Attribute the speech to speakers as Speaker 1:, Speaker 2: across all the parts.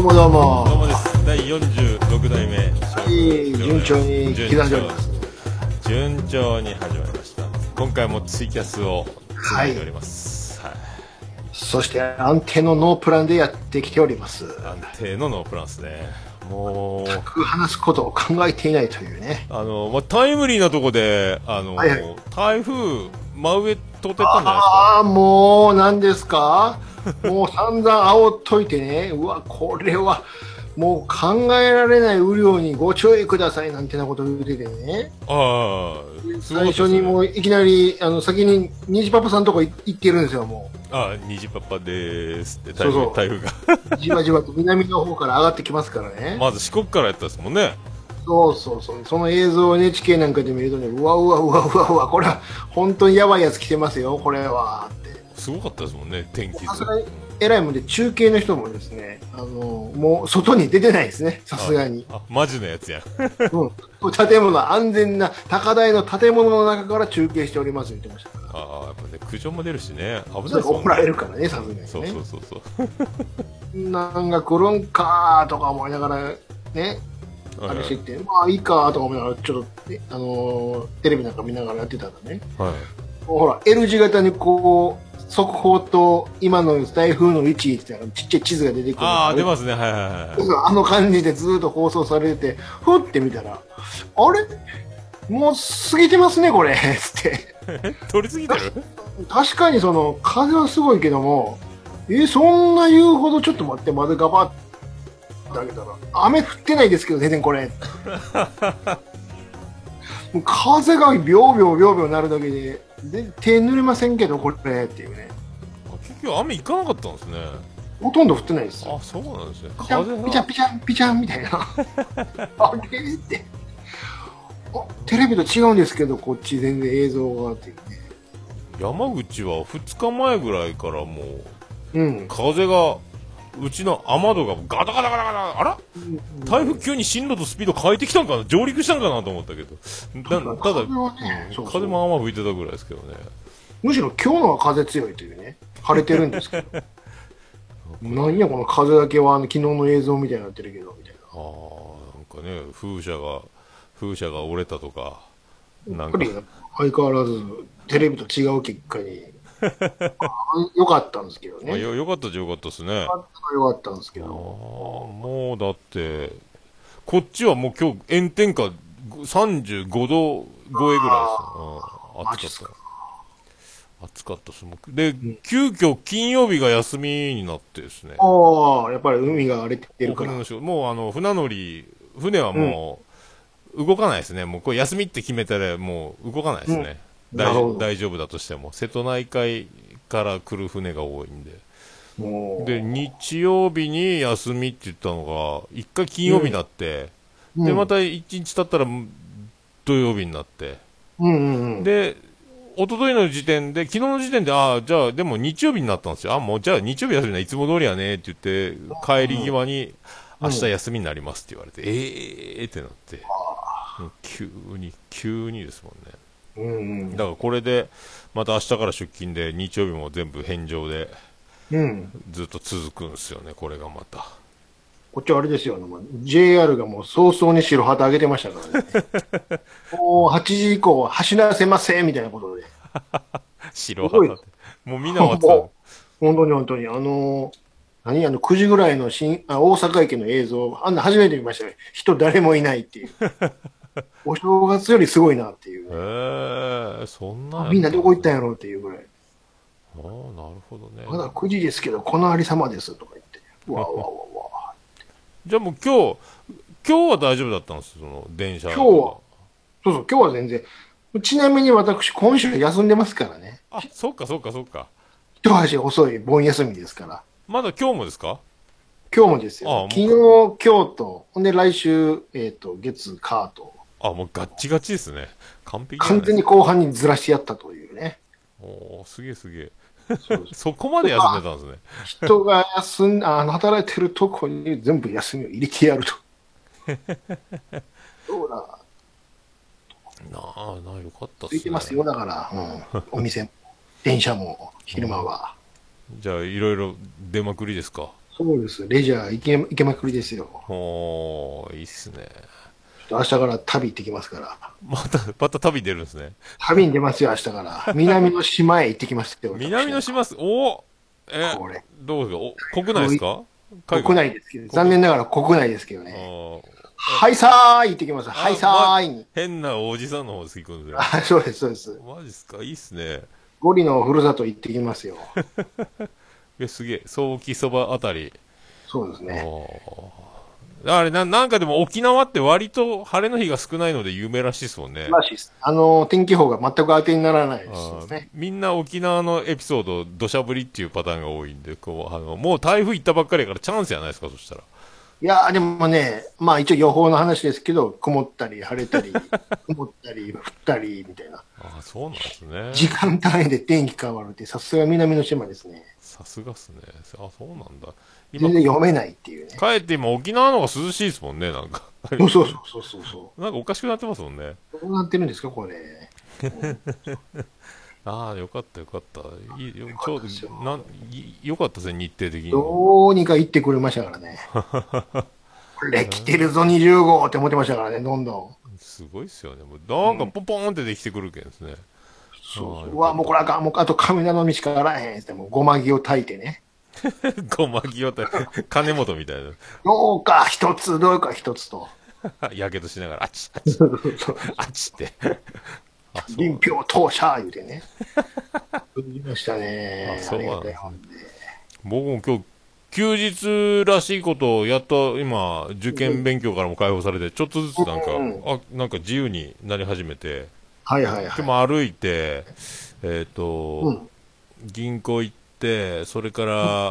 Speaker 1: どうもどうも。
Speaker 2: どうもです。第46代目。
Speaker 1: はい、順調に刻んでおります。
Speaker 2: 順調に始まりました。今回もツイキャスを続いております。はい。
Speaker 1: そして安定のノープランでやってきております。
Speaker 2: 安定のノープランですね。もう
Speaker 1: 全く話すことを考えていないというね。
Speaker 2: タイムリーなとこで
Speaker 1: はいはい、
Speaker 2: 台風真上通ってったんじゃないですか。
Speaker 1: ああ、もう何ですか。もう散々煽っといてね。うわ、これはもう考えられない雨量にご注意くださいなんてなこと言っててね。
Speaker 2: ああ、すごかった
Speaker 1: 最
Speaker 2: ですね。
Speaker 1: 初にもういきなり先に虹パパさんのとこ行ってるんですよ。もう
Speaker 2: 虹パパでーすって
Speaker 1: そうそう、
Speaker 2: 台風が
Speaker 1: じわじわと南の方から上がってきますからね。
Speaker 2: まず四国からやったですもんね。
Speaker 1: そうそうそう、その映像を NHK なんかで見るとね、うわうわうわうわうわ、これは本当にやばいやつ来てますよ、これはって。
Speaker 2: すごかったですもんね、天気図。
Speaker 1: さすがに偉いもんで、中継の人もですね、もう外に出てないですね、さすがに。
Speaker 2: マジのやつやん。
Speaker 1: うん、建物、安全な高台の建物の中から中継しておりますって言ってましたから。
Speaker 2: やっぱね、苦情も出るしね、危ない
Speaker 1: それ
Speaker 2: ですもんね。
Speaker 1: 怒られるからね、さすがにね。
Speaker 2: そうそうそうそう。
Speaker 1: なんか来るんかーとか思いながらね、あれしてて、まあいいかとか思いながら、ちょっと、テレビなんか見ながらやってたらね、
Speaker 2: はい。
Speaker 1: ほら、L 字型にこう、速報と今の台風の位置ってちっちゃい地図が出てくる。
Speaker 2: 出ますね、はいはいはい。
Speaker 1: あの感じでずっと放送されてて、ふって見たら、あれもう過ぎてますね、これ。つって。
Speaker 2: 取りすぎてる。
Speaker 1: 確かにその、風はすごいけども、そんな言うほどちょっと待って、まだガバッてあげたら、雨降ってないですけど、全然これ。もう風がビョービョービョービョーなるだけで、手濡れませんけど、これっていうね。
Speaker 2: 結局雨行かなかったんですね。
Speaker 1: ほとんど降ってないですよ。
Speaker 2: そうなんですね。
Speaker 1: ピチャン、ピチャン、ピチャン、ピチャンみたいな。あれって。テレビと違うんですけど、こっち全然映像がっていうね。
Speaker 2: 山口は2日前ぐらいからもう、
Speaker 1: うん。
Speaker 2: 風が、うちの雨戸がガタガタガタガタ、あら、台風急に進路とスピード変えてきたんかな、上陸したんかなと思ったけど、ただ、風もあんま吹いてたぐらいですけどね。
Speaker 1: むしろ今日のは風強いというね、晴れてるんですけど。なんやこの風だけは昨日の映像みたいになってるけどみたいな。
Speaker 2: なんかね、風車が折れたとか、なんか。
Speaker 1: やっぱり相変わらずテレビと違う結果に。良かったんですけどね。
Speaker 2: よかったじゃよかったですね。
Speaker 1: 良かったんですけど。
Speaker 2: もうだって、こっちはもう今日炎天下35度超えぐらいです。暑かった。暑かったです。で、急遽金曜日が休みになってですね。
Speaker 1: やっぱり海が荒れてるから。
Speaker 2: もう船はもう動かないですね。もうこれ休みって決めたらもう動かないですね。大丈夫だとしても。瀬戸内海から来る船が多いんで。で、日曜日に休みって言ったのが、一回金曜日になって、で、また一日経ったら土曜日になって、で、一昨日の時点で、昨日の時点で、じゃあ、でも日曜日になったんですよ。もう、じゃあ日曜日休みだ、いつも通りやね、って言って、帰り際に、明日休みになりますって言われて、ってなって、急にですもんね。だからこれで、また明日から出勤で、日曜日も全部返上で、ずっと続くんですよね、これがまた。
Speaker 1: こっちはあれですよ、JR がもう早々に白旗上げてましたからね。もう8時以降は走らせませんみたいなことで。
Speaker 2: 白旗って。もうみんな終わってた。
Speaker 1: 本当に本当に。9時ぐらいの大阪駅の映像、あんな初めて見ましたね。人誰もいないっていう。お正月よりすごいなっていう、
Speaker 2: そんな。
Speaker 1: みんなどこ行ったんやろうっていうぐらい。
Speaker 2: なるほどね。
Speaker 1: まだ9時ですけど、このありさまですとか言って。わわわわ。
Speaker 2: じゃあもう今日は大丈夫だったんです、その電車。
Speaker 1: そうそう、今日は全然。ちなみに私、今週休んでますからね。
Speaker 2: そうか。
Speaker 1: 一足遅い盆休みですから。
Speaker 2: まだ今日もですか？
Speaker 1: 今日もですよ。昨日、今日と、ほんで来週、月、火と。
Speaker 2: もうガッチガチですね。完璧。
Speaker 1: 完全に後半にずらしてやったというね。
Speaker 2: すげえ。そこまで休んでたんですね。
Speaker 1: 人が働いてるとこに全部休みを入れてやると。そうだ。
Speaker 2: よかったっすね。
Speaker 1: ついてますよ、だから、お店も、電車も、昼間は。
Speaker 2: じゃあ、いろいろ出まくりですか？
Speaker 1: そうです。レジャー行けまくりですよ。
Speaker 2: おー、いいっすね。
Speaker 1: ちょっと明日から旅行ってきますから。
Speaker 2: また旅に出るんですね。
Speaker 1: 旅に出ますよ、明日から。南の島へ行ってきますよ、私なんか。
Speaker 2: 南の島お
Speaker 1: これ。
Speaker 2: どうですか国内ですか海
Speaker 1: 国
Speaker 2: 外
Speaker 1: 内ですけど、残念ながら国内ですけどね。
Speaker 2: あ
Speaker 1: はいさーい行ってきます。はいさーいに。
Speaker 2: 変なおじさんの方です行くんですよ。
Speaker 1: あ、そうです、そうです。
Speaker 2: マジっすかいいっすね。
Speaker 1: ゴリのふるさと行ってきますよ。
Speaker 2: すげえ。ソーキそばあたり。
Speaker 1: そうですね。
Speaker 2: あれなんかでも沖縄って割と晴れの日が少ないので有名らしいですもんね。
Speaker 1: らしいです。天気予報が全く当てにならないですね。
Speaker 2: みんな沖縄のエピソード、土砂降りっていうパターンが多いんで、もう台風行ったばっかりやからチャンスじゃないですか、そしたら。
Speaker 1: いやーでもね、まあ一応予報の話ですけど、曇ったり晴れたり、曇ったり降ったりみたいな。
Speaker 2: ああ、そうなんですね。
Speaker 1: 時間単位で天気変わるって、さすが南の島ですね。
Speaker 2: さすがっすね。あ、そうなんだ。
Speaker 1: 全然読めないっていうね。
Speaker 2: 帰って今沖縄の方が涼しいですもんね、なんか。
Speaker 1: そうそうそうそうそ
Speaker 2: なんかおかしくなってますもんね。
Speaker 1: う。どうなってるんですか、これ。
Speaker 2: ああ、よかったよかった。ちょう
Speaker 1: よかったですよ。
Speaker 2: ど、よかったですね、日程的にも。
Speaker 1: どうにか行ってくれましたからね。これ来てるぞ20号って思ってましたからね、どんどん。
Speaker 2: すごいっすよね。もうなんかポンポンってできてくるけんですね。
Speaker 1: そうそう。うわ、
Speaker 2: ああよかった。
Speaker 1: もうこれあかん。もうあと亀田の道からへんって、もうごま木を炊いてね。
Speaker 2: ごまぎよって、金本みたい
Speaker 1: どうか一つ、どうか一つと。
Speaker 2: な。やけどしながら、あっち、あっち、あっちって。あ、そうなん
Speaker 1: 臨氷当社言うてね。言いました
Speaker 2: あ、
Speaker 1: ね。ありがたい
Speaker 2: そうなんですね。
Speaker 1: もんで。
Speaker 2: 僕も今日、休日らしいことをやっと今、受験勉強からも解放されて、ちょっとずつなんか、
Speaker 1: うん。
Speaker 2: なんか自由になり始めて、
Speaker 1: はいはいはい。
Speaker 2: でも歩いて、えっ、と、
Speaker 1: うん。
Speaker 2: 銀行行って、それから、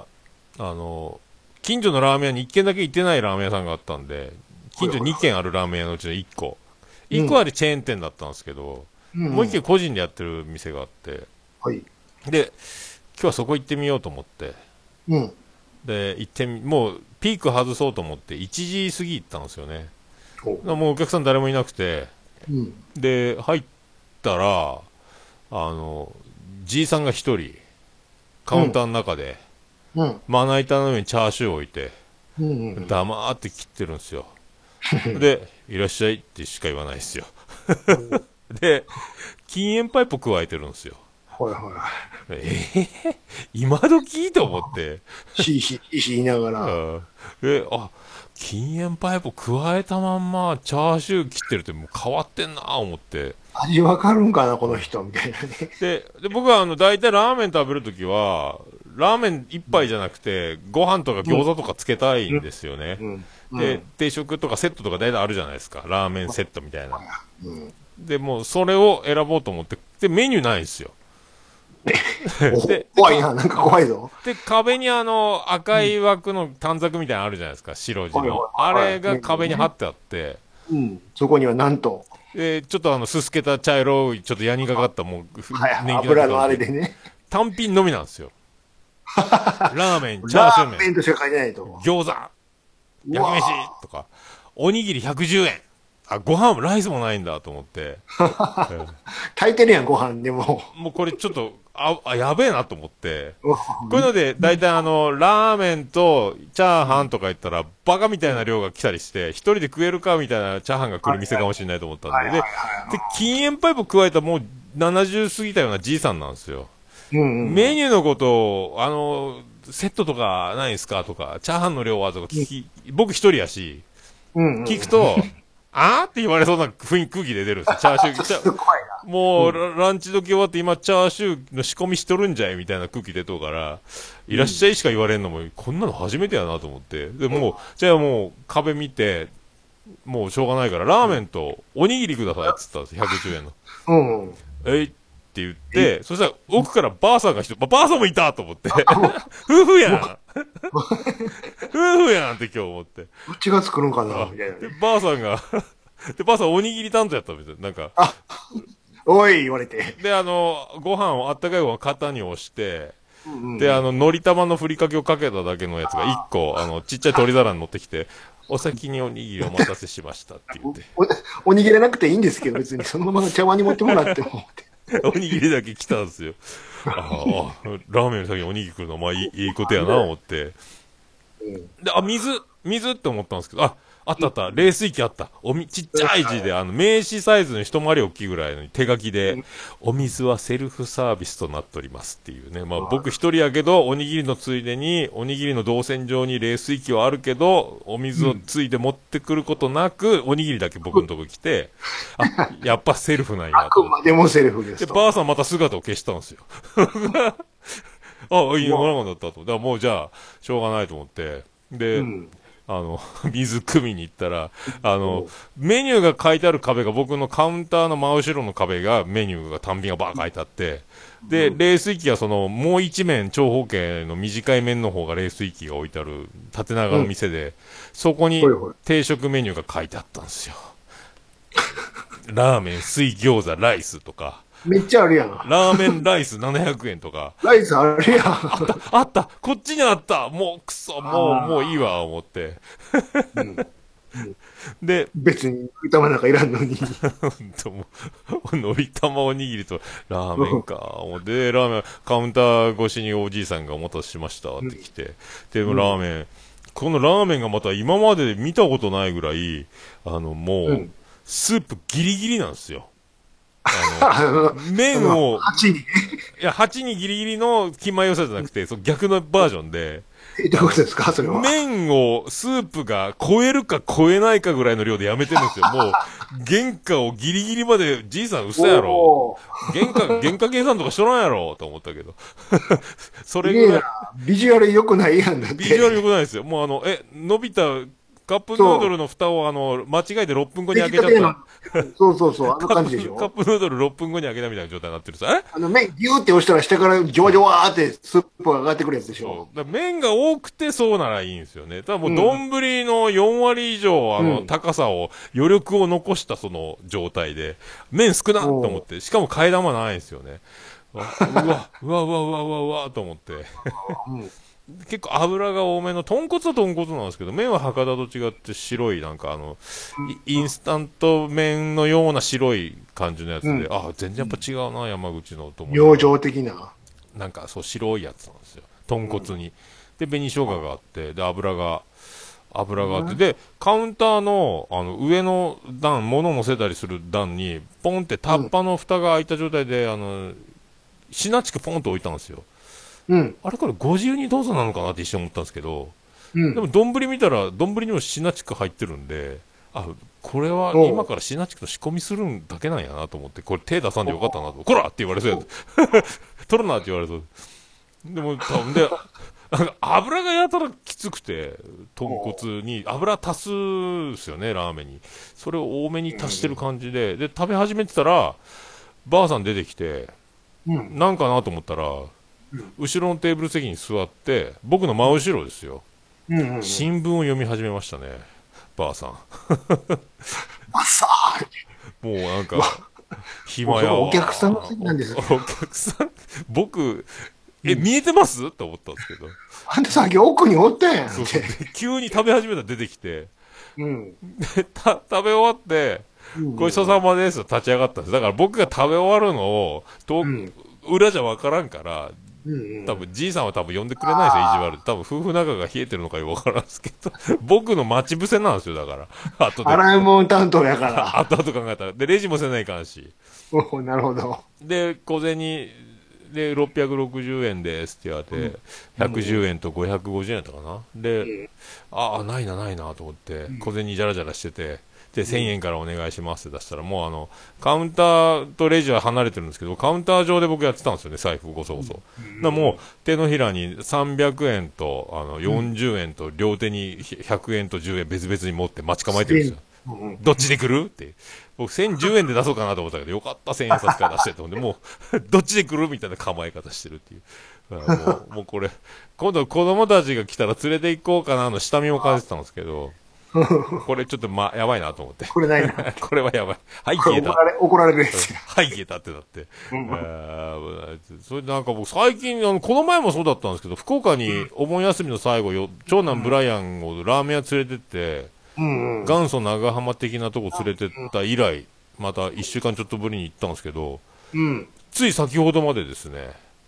Speaker 2: 近所のラーメン屋に1軒だけ行ってないラーメン屋さんがあったんで、近所2軒あるラーメン屋のうちの1個。1個
Speaker 1: うん。
Speaker 2: あれチェーン店だったんですけど、もう1
Speaker 1: うん。
Speaker 2: 軒個人でやってる店があって、
Speaker 1: はい。
Speaker 2: で、今日はそこ行ってみようと思って、
Speaker 1: うん。
Speaker 2: で、もうピーク外そうと思って1時過ぎ行ったんですよね。
Speaker 1: ほう。
Speaker 2: もうお客さん誰もいなくて、
Speaker 1: うん。
Speaker 2: で、入ったら、の、じいさんが一人、カ
Speaker 1: うん。
Speaker 2: ウンターの中で、
Speaker 1: うん。
Speaker 2: まな板の上にチャーシューを置いて、
Speaker 1: うん。
Speaker 2: 黙って切ってるんですよ。で、いらっしゃいってしか言わないですよ。
Speaker 1: うん。
Speaker 2: で、禁煙パイプ加えてるんですよ。
Speaker 1: はいは
Speaker 2: 今時と思って。
Speaker 1: い。し言いながら。
Speaker 2: 禁煙パイプ加えたまんまチャーシュー切ってるってもう変わってんな思って。
Speaker 1: 味わかるんかな、この人、みたいなね。
Speaker 2: で僕は大体ラーメン食べるときは、ラーメン一杯じゃなくて、ご飯とか餃子とかつけたいんですよね。
Speaker 1: うん。う
Speaker 2: で、
Speaker 1: ん。
Speaker 2: 定食とかセットとか大体あるじゃないですか。ラーメンセットみたいな。
Speaker 1: うん。
Speaker 2: で、もうそれを選ぼうと思って、で、メニューないんですよ。で、
Speaker 1: 怖いな、なんか怖いぞ。
Speaker 2: 壁に赤い枠の短冊みたいなのあるじゃないですか、白地の。あ
Speaker 1: はいはい。
Speaker 2: れが壁に貼ってあって、
Speaker 1: うん。そこにはなんと、
Speaker 2: ちょっとすすけた茶色い、ちょっとヤニがかったもう、
Speaker 1: はい、
Speaker 2: 年季の
Speaker 1: 油のあれでね。
Speaker 2: 単品のみなんですよ。ラーメン、チャーシュー麺、
Speaker 1: ラーメンとしか書いてないと。
Speaker 2: 餃子、
Speaker 1: うわ
Speaker 2: 焼き飯とか、おにぎり110円。あ、ご飯もライスもないんだと思って、
Speaker 1: 炊いてるやん、ご飯でも。
Speaker 2: もうこれちょっと、やべえなと思って、
Speaker 1: うわ
Speaker 2: こういうので、大体ラーメンとチャーハンとか言ったら、バカみたいな量が来たりして、一人で食えるかみたいなチャーハンが来る店かもしれないと思ったんで、で、禁煙パイプ加えたもう70過ぎたようなじいさんなんですよ。
Speaker 1: うんうん。
Speaker 2: メニューのことを、セットとかないですかとか、チャーハンの量はとか僕一人やし、
Speaker 1: うんうん。
Speaker 2: 聞くと、あーって言われそうな空気で出るんですよ。チャーシュー、
Speaker 1: 怖いな。
Speaker 2: もう、ランチ時終わって今チャーシューの仕込みしとるんじゃいみたいな空気出とうから、いらっしゃいしか言われんのも、こんなの初めてやなと思って。で、もう、じゃあもう壁見て、もうしょうがないから、ラーメンとおにぎりくださいって言ったんですよ、110円の。
Speaker 1: うん。
Speaker 2: って言って、そしたら奥からばあさんがばあさんもいたと思って。夫婦やん夫婦やんって今日思って。
Speaker 1: どっちが作るんかなみたいな
Speaker 2: で、
Speaker 1: ね。
Speaker 2: ばあさんがばあさんおにぎり担当やったんですよ。なんか。
Speaker 1: おい、言われて。
Speaker 2: で、ご飯を、あったかいご飯型に押して、
Speaker 1: うん
Speaker 2: で、のり玉のふりかけをかけただけのやつが1個、ちっちゃい取り皿に乗ってきて、お先におにぎりお待たせしましたって言って。
Speaker 1: おにぎりなくていいんですけど、別にそのまま茶碗に持ってもらっても。
Speaker 2: おにぎりだけ来たんですよ。ラーメンの先におにぎり来るの、まあいいことやな、思って。 で、水って思ったんですけど、あった、冷水器あった。ちっちゃい字で、名刺サイズの一回り大きいぐらいの手書きで、お水はセルフサービスとなっておりますっていうね。まあ僕一人やけど、おにぎりのついでに、おにぎりの動線上に冷水器はあるけど、お水をついで持ってくることなく、おにぎりだけ僕のとこ来て、やっぱセルフなんやと。
Speaker 1: あくまでもセルフです
Speaker 2: で、
Speaker 1: と。
Speaker 2: ばあさんまた姿を消したんですよ。いいのもらだったと。だからもうじゃあ、しょうがないと思って。で、水汲みに行ったら、メニューが書いてある壁が僕のカウンターの真後ろの壁がメニューが単品がバー書いてあって、で、冷水器はもう一面長方形の短い面の方が冷水器が置いてある縦長の店で、そこに定食メニューが書いてあったんですよ。ラーメン、水餃子、ライスとか。
Speaker 1: めっちゃあるやん。
Speaker 2: ラーメンライス700円とか。
Speaker 1: ライスあるやん。
Speaker 2: あったこっちにあったもうくそもういいわ、思って。で、
Speaker 1: 別に、頭なんかいらんのに。
Speaker 2: のり玉おにぎりとラーメンか、思って、ラーメン、カウンター越しにおじいさんがお待たせしましたって来て、で、ラーメン、このラーメンがまた今まで見たことないぐらい、もう、スープギリギリなんですよ。麺を、
Speaker 1: 8に。
Speaker 2: いや、8にギリギリの気前良さじゃなくて、逆のバージョンで、
Speaker 1: どういうことですかそれは。
Speaker 2: 麺を、スープが超えるか超えないかぐらいの量でやめてるんですよ。もう、原価をギリギリまで、じいさん嘘やろ。原価計算とかしとらんやろ、と思ったけど。それぐらい。
Speaker 1: ビジュアル良くないやんだって。
Speaker 2: ビジュアル良くないですよ。もう伸びた、カップヌードルの蓋を間違えて6分後に開けちゃった。
Speaker 1: そう、あの感じでしょ。
Speaker 2: カップヌードル6分後に開けたみたいな状態になってるさ。
Speaker 1: 麺ギューって押したら下からジョワジョワーってスープが上がってくるやつでしょ。
Speaker 2: そう。麺が多くてそうならいいんですよね。ただもう丼の4割以上高さを、余力を残したその状態で、麺少なと思って、しかも替え玉ないんですよね。うわと思って。結構油が多めの、豚骨は豚骨なんですけど、麺は博多と違って白い、なんかインスタント麺のような白い感じのやつで、全然やっぱ違うな、山口のと思って。
Speaker 1: 養生的な。
Speaker 2: なんかそう、白いやつなんですよ。豚骨に。で、紅生姜があって、で、油があって、で、カウンターの、上の段、物を乗せたりする段に、ポンってタッパの蓋が開いた状態で、シナチクポンと置いたんですよ。あれこれご自由にどうぞなのかなって一瞬思ったんですけど、でも丼見たら丼にもシナチク入ってるんで、これは今からシナチクの仕込みするんだけなんやなと思って、これ手出さんでよかったなと、こらって言われそうやつ取るなって言われそうでも多分で油がやたらきつくて、豚骨に油足すんすよね、ラーメンに。それを多めに足してる感じで、で食べ始めてたらばあさん出てきて、なんかなと思ったら、後ろのテーブル席に座って、僕の真後ろですよ。新聞を読み始めましたね、ばあさん。もうなんか、暇やわ。
Speaker 1: お客さんの席なんですね。
Speaker 2: お客さん、僕、見えてますって思ったんですけど。
Speaker 1: あんたさっき奥におったやん。
Speaker 2: そう急に食べ始めたら出てきて、で食べ終わって、ごちそうさまですと立ち上がったんです。だから僕が食べ終わるのを、裏じゃわからんから、多分じいさんは多分呼んでくれないですよ、意地悪で。多分夫婦仲が冷えてるのかよくわからんですけど、僕の待ち伏せなんですよ、だから。後で。
Speaker 1: 洗い物担当やから。
Speaker 2: 後々考えたら。で、レジもせないかんし。
Speaker 1: なるほど。
Speaker 2: で、小銭、で、660円ですって言われて、110円と550円やったかな。で、ないなと思って、小銭じゃらじゃらしてて、で、1000円からお願いしますって出したら、もうカウンターとレジは離れてるんですけど、カウンター上で僕やってたんですよね、財布ごそごそ。もう、手のひらに300円と、40円と、両手に100円と10円別々に持って待ち構えてるんですよ。どっちで来るって。僕1010円で出そうかなと思ったけど、よかった1000円札から出してと思って、もう、どっちで来るみたいな構え方してるっていう。だからもうこれ、今度子供たちが来たら連れて行こうかなの下見も感じてたんですけど、これちょっとやばいなと思って。
Speaker 1: これないな。
Speaker 2: これはやばい。はい、消えた。
Speaker 1: 怒られるやつ。
Speaker 2: はい、消えたってなって。それでなんか僕最近、この前もそうだったんですけど、福岡にお盆休みの最後長男ブライアンをラーメン屋連れてって、元祖長浜的なとこ連れてった以来、また1週間ちょっとぶりに行ったんですけど、つい先ほどまでですね、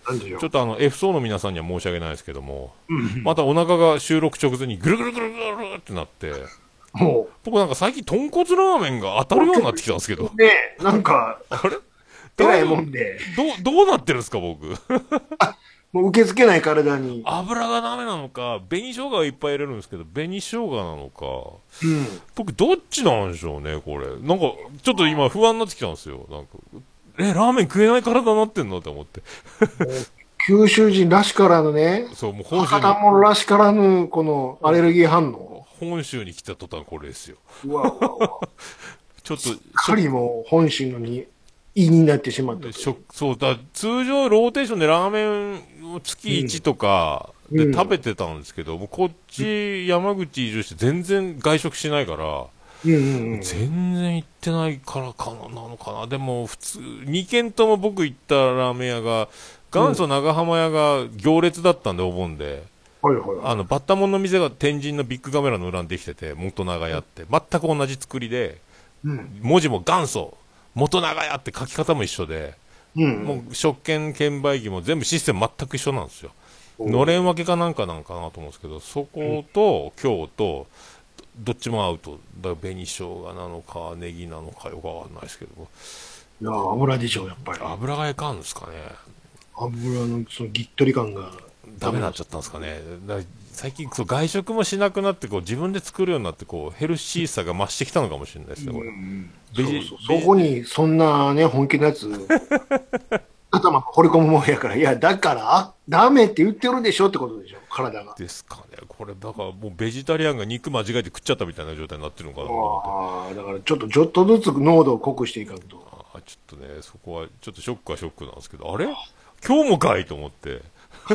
Speaker 1: なんでしょう。
Speaker 2: ちょっとF 層の皆さんには申し訳ないですけども、
Speaker 1: うん。
Speaker 2: またお腹が収録直前にぐるぐるぐるぐるぐるってなって、
Speaker 1: も
Speaker 2: 僕なんか最近豚骨ラーメンが当たるようになってきたんですけど、
Speaker 1: う、ね、なんか、
Speaker 2: あれ
Speaker 1: えらいもんで、
Speaker 2: どうなってるんですか、僕。
Speaker 1: もう受け付けない体に。
Speaker 2: 油がダメなのか、紅生姜をいっぱい入れるんですけど、紅生姜なのか、
Speaker 1: うん。
Speaker 2: 僕どっちなんでしょうね、これ。なんか、ちょっと今不安になってきたんですよ。なんか、ラーメン食えない体になってんのって思って。
Speaker 1: もう九州人らしからぬね、
Speaker 2: そう、もう
Speaker 1: 博多者らしからぬ、このアレルギー反応。
Speaker 2: 本州に来た途端これですよ。
Speaker 1: うわうわうわ。
Speaker 2: ちょっと、
Speaker 1: かりもう本心のに、胃になってしまったという。
Speaker 2: そうだ、通常ローテーションでラーメンを月1とかで食べてたんですけど、もうこっち山口移住して全然外食しないから、
Speaker 1: うんうんうん。
Speaker 2: 全然行ってないからかな、なのかな。でも普通、2軒とも僕行ったラーメン屋が、元祖長浜屋が行列だったんで、お盆で。
Speaker 1: はいはいはい。
Speaker 2: バッタモンの店が天神のビッグカメラの裏にできてて、元長屋って。全く同じ作りで、
Speaker 1: うん。
Speaker 2: 文字も元祖、元長屋って書き方も一緒で、
Speaker 1: うんうん。
Speaker 2: もう食券券売機も全部システム全く一緒なんですよ。
Speaker 1: お
Speaker 2: のれん分けかなんかなんかなと思うんですけど、そこと今日とどっちも合うと、だから紅生姜なのかネギなのかよくわかんないですけど、
Speaker 1: いや、油でしょう、やっぱり。
Speaker 2: 油がいかんですかね。
Speaker 1: 油のそのぎっとり感が
Speaker 2: ダメになっちゃったんですかね。最近そう外食もしなくなってこう自分で作るようになってこうヘルシーさが増してきたのかもしれないですね、これ。
Speaker 1: そう
Speaker 2: ベジ
Speaker 1: そう。そこにそんなね、本気のやつ、頭掘り込むもんやから、いや、だから、ダメって言ってるでしょってことでしょ、体が。
Speaker 2: ですかね。これだからもうベジタリアンが肉間違えて食っちゃったみたいな状態になってるのかなと思って。
Speaker 1: ああ、だからちょっとずつ濃度を濃くしていかんと。
Speaker 2: ちょっとね、そこはちょっとショックはショックなんですけど、あれ今日もかいと思って。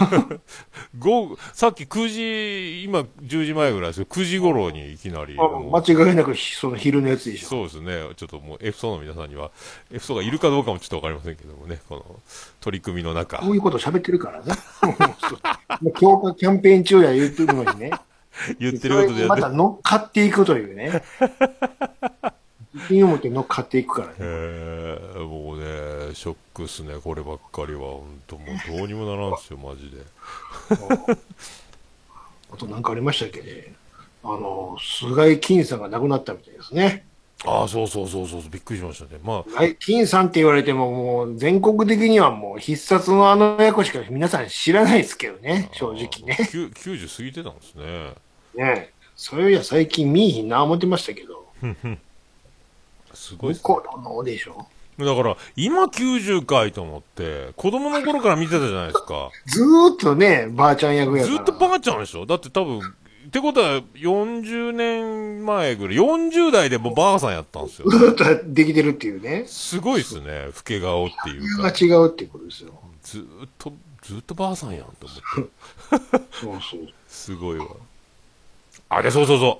Speaker 2: さっき9時、今10時前ぐらいですよ。9時頃にいきなり。
Speaker 1: 間違いなくその昼のやつでしょ。
Speaker 2: そうですね。ちょっともう F 層の皆さんには、F 層がいるかどうかもちょっとわかりませんけどもね、この取り組みの中。
Speaker 1: こういうこと喋ってるからね。もう強化キャンペーン中や言ってるのにね。
Speaker 2: 言ってることでやって
Speaker 1: また乗っかっていくというね。自信を持って乗っかっていくからね。
Speaker 2: もうね、ショックっすね、こればっかりは。本当もうどうにもならんすよ、マジで。
Speaker 1: あと何かありましたっけね。菅井金さんが亡くなったみたいですね。
Speaker 2: ああ、そうそうそうそう、びっくりしましたね。まあ、
Speaker 1: 菅井金さんって言われても、もう全国的にはもう必殺のあの役しか皆さん知らないですけどね、正直ね。
Speaker 2: 90過ぎてたんですね。
Speaker 1: ねえ。そういや最近見いひんな思ってましたけど。
Speaker 2: すごいっすね。
Speaker 1: このでしょ。
Speaker 2: だから、今90回と思って、子供の頃から見てたじゃないですか。
Speaker 1: ずーっとね、ばあちゃん役やから。
Speaker 2: ずっとバカちゃんでしょ。だって多分、ってことは40年前ぐらい、40代でもうバカさんやったんですよ。
Speaker 1: ずーっとできてるっていうね。
Speaker 2: すごいっすね。老け顔っていう
Speaker 1: が
Speaker 2: か。
Speaker 1: 違うっていうことですよ。
Speaker 2: ずっとバカさんやんと思って。
Speaker 1: そうそう。
Speaker 2: すごいわ。あれ、そうそうそう。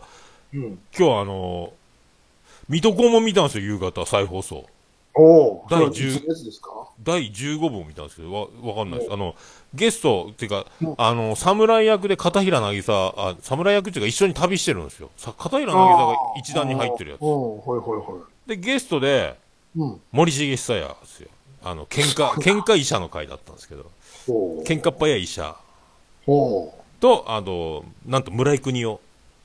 Speaker 1: うん。
Speaker 2: 今日水戸黄門見たんですよ、夕方、再放送。
Speaker 1: おお、
Speaker 2: 第10
Speaker 1: それいつのやつですか？
Speaker 2: 第15部を見たんですけど、わかんないです。ゲスト、っていうか
Speaker 1: うん、
Speaker 2: 侍役で片平渚、侍役っていうか一緒に旅してるんですよ。片平渚が一段に入ってるやつ。
Speaker 1: おお、ほいほいほい。
Speaker 2: で、ゲストで、
Speaker 1: うん。
Speaker 2: 森重久彌ですよ。喧嘩医者の会だったんですけど、
Speaker 1: ほう。
Speaker 2: 喧嘩っ早い医者
Speaker 1: ほ
Speaker 2: と、なんと村井邦夫。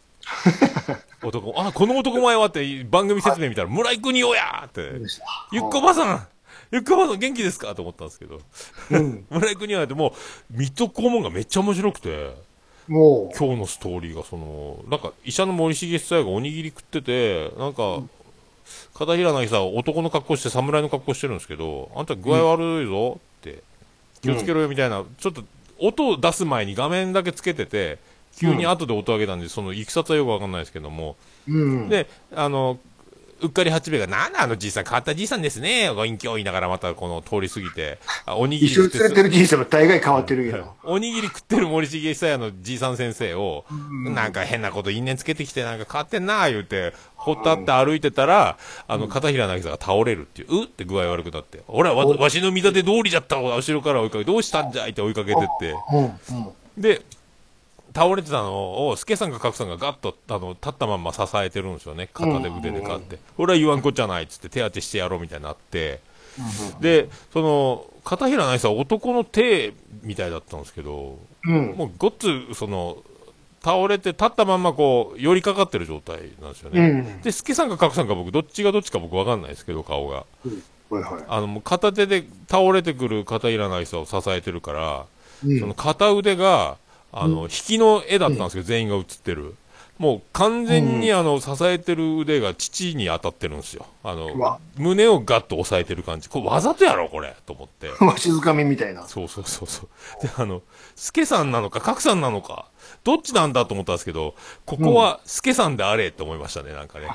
Speaker 2: この男前はって番組説明見たら、村井邦夫やーって、ゆっこばさん元気ですかと思ったんですけど、
Speaker 1: う。うん。
Speaker 2: 村井邦夫やってもう、水戸黄門がめっちゃ面白くて、
Speaker 1: もう。
Speaker 2: 今日のストーリーがなんか医者の森重久彌がおにぎり食ってて、なんか、片平渚は男の格好して侍の格好してるんですけど、あんた具合悪いぞって、気をつけろよみたいな、ちょっと音を出す前に画面だけつけてて、急に後で音上げたんで、そのいきさつはよくわかんないですけども、
Speaker 1: うん。
Speaker 2: で、うっかり八兵衛が、なんだあのじいさん、変わったじいさんですね、ご隠居言いながらまたこの通り過ぎて、おにぎり
Speaker 1: 一緒に連れてるじいさんも大概変わってるけど。
Speaker 2: おにぎり食ってる森重久彌のじいさん先生を、なんか変なこと因縁つけてきてなんか変わってんなー言うて、ほったって歩いてたら、片平渚が倒れるっていう、って具合悪くなって、俺はわしの見立て通りじゃったわ、後ろから追いかけ、どうしたんじゃいって追いかけてって、
Speaker 1: うん。うん。
Speaker 2: で、倒れてたのを、助さんか格さんがガッと、立ったまんま支えてるんですよね。肩で腕で買って。俺は言わんこっちゃないっつって手当てしてやろうみたいになって、で、 片平ないさは男の手みたいだったんですけど、もうごっつ、倒れて立ったまんまこう、寄りかかってる状態なんですよね。で、助さんか格さんか僕、どっちがどっちか僕わかんないですけど、顔が。もう片手で倒れてくる片平ないさを支えてるから、その片腕が、引きの絵だったんですけど、全員が写ってる。もう完全に支えてる腕が父に当たってるんですよ。胸をガッと押さえてる感じ。これわざとやろこれと思って。
Speaker 1: わしづかみみたいな。
Speaker 2: そう。で、助さんなのか、格さんなのか、どっちなんだと思ったんですけど、ここは助さんであれって思いましたね、なんかね。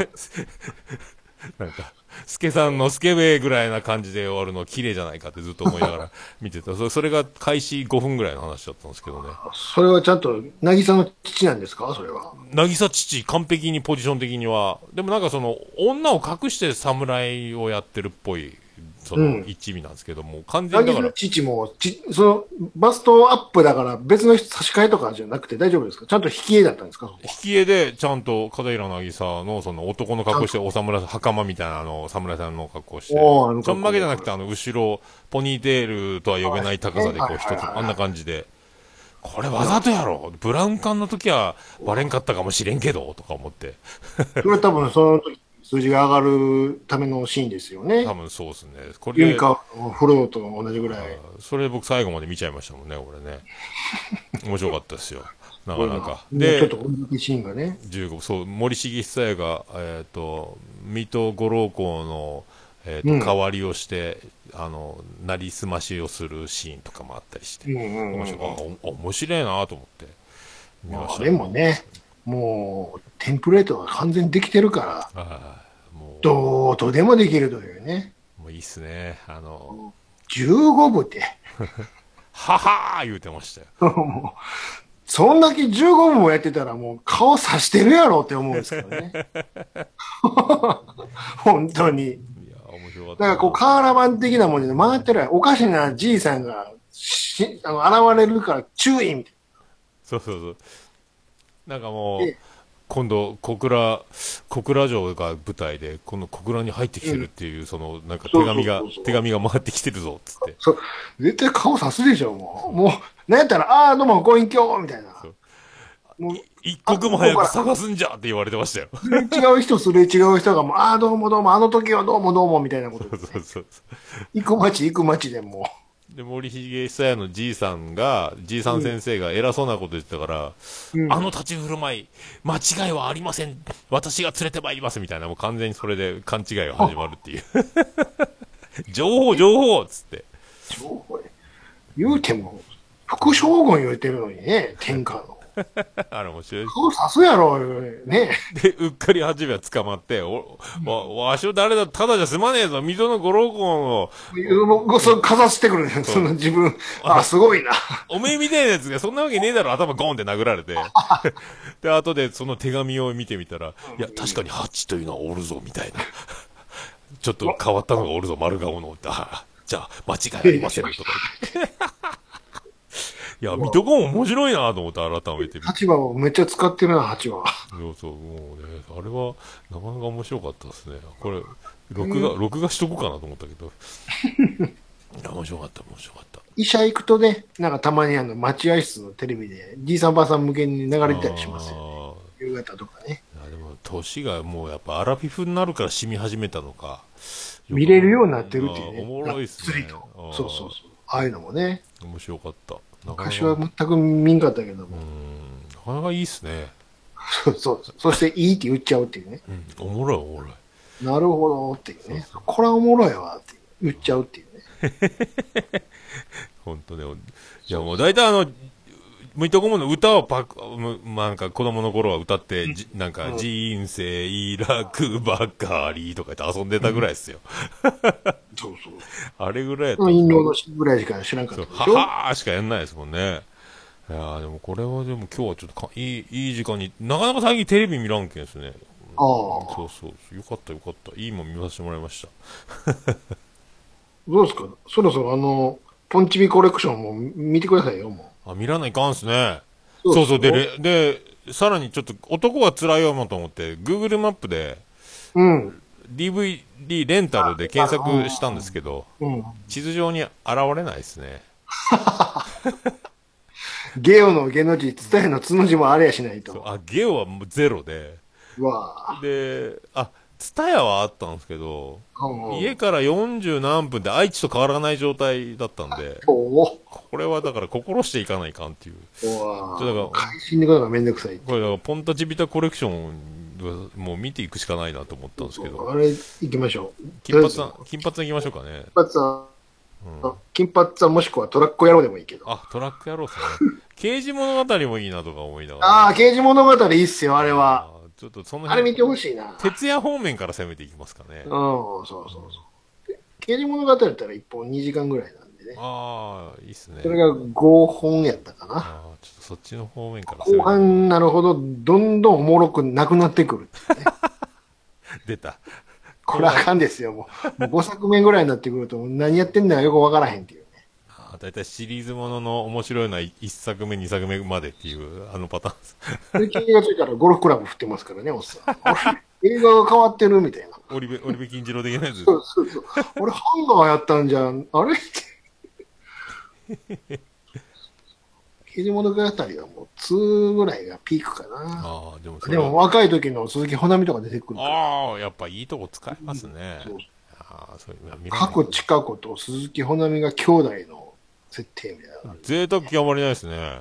Speaker 2: なんか、助さんの助兵ぐらいな感じで終わるの綺麗じゃないかってずっと思いながら見てた。それが開始5分ぐらいの話だったんですけどね。
Speaker 1: それはちゃんと、渚の父なんですかそれは。
Speaker 2: 渚父、完璧にポジション的には。でもなんか女を隠して侍をやってるっぽい、一味なんですけども、完全にだから。
Speaker 1: 父も、バストアップだから別の人差し替えとかじゃなくて大丈夫ですか？ちゃんと引き絵だったんですか？
Speaker 2: 引き絵で、ちゃんと片平渚の男の格好して、お侍、袴みたいな侍さんの格好して、ちょんまげじゃなくて後ろ、ポニーテールとは呼べない高さでこう一つ、あんな感じで、これわざとやろブラウン管の時はバレんかったかもしれんけど、とか思って。
Speaker 1: それは多分その時、数字が上がるためのシーンですよね。
Speaker 2: 多分そうですね。
Speaker 1: これユニカフローと同じぐらい。
Speaker 2: それ僕最後まで見ちゃいましたもんね、これね。面白かったですよ。なかなか。
Speaker 1: で、ちょっとシーンがね。
Speaker 2: 15、そう、森重久彌が、水戸五郎校の、代わりをして、なりすましをするシーンとかもあったりして。面白いなと思って見ました。
Speaker 1: でもね、もう、テンプレートが完全にできてるから、どうとでもできるというね。
Speaker 2: もういいっすね。
Speaker 1: 15部って。
Speaker 2: ははー言うてましたよ。
Speaker 1: もうそんだけ15部もやってたらもう顔さしてるやろって思うんですけどね。本当に。いや、面白かった。だからこう、瓦版的なもので回ってるおかしなじいさんが現れるから注意みたい
Speaker 2: な。そう。なんかもう、今度、小倉城が舞台で、この小倉に入ってきてるっていう、なんか手紙が回ってきてるぞ、つって。
Speaker 1: 絶対顔さすでしょ、もう、なんやったら、どうも、ご隠居みたいな。
Speaker 2: もう一刻も早く探すんじゃって言われてましたよ。
Speaker 1: すれ違う人が、もう、どうも、あの時はどうも、みたいなこと、ね。そう。行く街でもう。
Speaker 2: で、森重久彌のじいさん先生が偉そうなこと言ってたから、立ち振る舞い、間違いはありません。私が連れてまいりますみたいな、もう完全にそれで勘違いが始まるっていう。情報っつって。
Speaker 1: 情報言うても、副将軍言うてるのにね、天下の。
Speaker 2: 面白い。
Speaker 1: そうさすやろ、ね。
Speaker 2: で、うっかり八兵衛捕まって、わしを誰だ、ただじゃ済まねえぞ、水戸の五郎校
Speaker 1: の。そう、かざしてくるね、その自分。すごいな。
Speaker 2: おめえみたいなやつが、そんなわけねえだろ、頭ゴンって殴られて。で、後でその手紙を見てみたら、いや、確かにハッチというのはおるぞ、みたいな。ちょっと変わったのがおるぞ、丸顔の。じゃあ、間違いありません、とか言って。いや、水戸黄門面白いなと思って、改めて。
Speaker 1: 8話をめっちゃ使ってるな、8話。
Speaker 2: そう、もうね、あれは、なかなか面白かったですね。これ、録画しとこうかなと思ったけど。面白かった。
Speaker 1: 医者行くとね、なんかたまに待合室のテレビで、じいさんばあさん向けに流れてたりしますよね。夕方とかね。
Speaker 2: でも、年がもうやっぱアラフィフになるから染み始めたのか。
Speaker 1: 見れるようになってるっていうね。
Speaker 2: おもろいっすね。
Speaker 1: そう。ああいうのもね。
Speaker 2: 面白かった。
Speaker 1: 昔は全く見んかったけども。
Speaker 2: なかなかいいっすね。
Speaker 1: そう。そしていいって言っちゃうっていうね。
Speaker 2: おもろい。
Speaker 1: なるほどっていうね。これはおもろいわって言っちゃうっていうね。
Speaker 2: 本当ね。いやもう大体水戸黄門の歌をなんか子供の頃は歌って、なんか人生楽ばかりとか言って遊んでたぐらいですよ。
Speaker 1: そう。
Speaker 2: あれぐらいやった。
Speaker 1: 印籠のぐらいしか知らんかったでしょ。
Speaker 2: はしかやんないですもんね。いやでもこれはでも今日はちょっといい時間に、なかなか最近テレビ見らんけんですね。そう。よかった。いいもん見させてもらいました。
Speaker 1: どうですかそろそろポンチビコレクションも見てくださいよ、も
Speaker 2: う。見らないかんすね。そう。で、さらにちょっと男は辛いよもと思って、Google マップで、 DVD レンタルで検索したんですけど、地図上に現れないですね。
Speaker 1: ゲオのゲの字、ツタヤのツの字もあれやしないと。
Speaker 2: ゲオはもうゼロで。
Speaker 1: わ
Speaker 2: で、ツタヤはあったんですけど、家から40何分で愛知と変わらない状態だったんで、これはだから心していかないかんっていう。
Speaker 1: 会心でことがめんどくさい。
Speaker 2: これだからポンタチビタコレクションもう見ていくしかないなと思ったんですけど。
Speaker 1: あれ行きましょう。
Speaker 2: 金髪行きましょうかね。
Speaker 1: 金髪さんもしくはトラック野郎でもいいけど。
Speaker 2: トラック野郎っすね。刑事物語もいいなとか思いながら。
Speaker 1: 刑事物語いいっすよ、あれは。
Speaker 2: ちょっとその
Speaker 1: あれ見てほしいな。
Speaker 2: 徹夜方面から攻めていきますかね。
Speaker 1: そう。刑事物語だったら1本2時間ぐらいなんでね。
Speaker 2: いいっすね。
Speaker 1: それが5本やったかな。
Speaker 2: ちょっとそっちの方面から
Speaker 1: 後半なるほど、どんどんおもろくなくなってくるってね。
Speaker 2: 出た。
Speaker 1: これあかんですよ、もう5作目ぐらいになってくると、何やってんだかよくわからへんっていうね。
Speaker 2: だいたいシリーズものの面白いのは1作目、2作目までっていう、パターンです。
Speaker 1: それ気がついたらゴルフクラブ振ってますからね、おっさん。映画が変わってるみたいな。
Speaker 2: オリベ金次郎的なやつ。
Speaker 1: そう。俺ハンガーやったんじゃん。あれ刑事物語はもう2ぐらいがピークかな。でも若い時の鈴木保奈美とか出てくるから。
Speaker 2: やっぱいいとこ使いますね。
Speaker 1: 各千佳子と鈴木保奈美が兄弟の設定みたいな。
Speaker 2: 贅沢極まりないですね。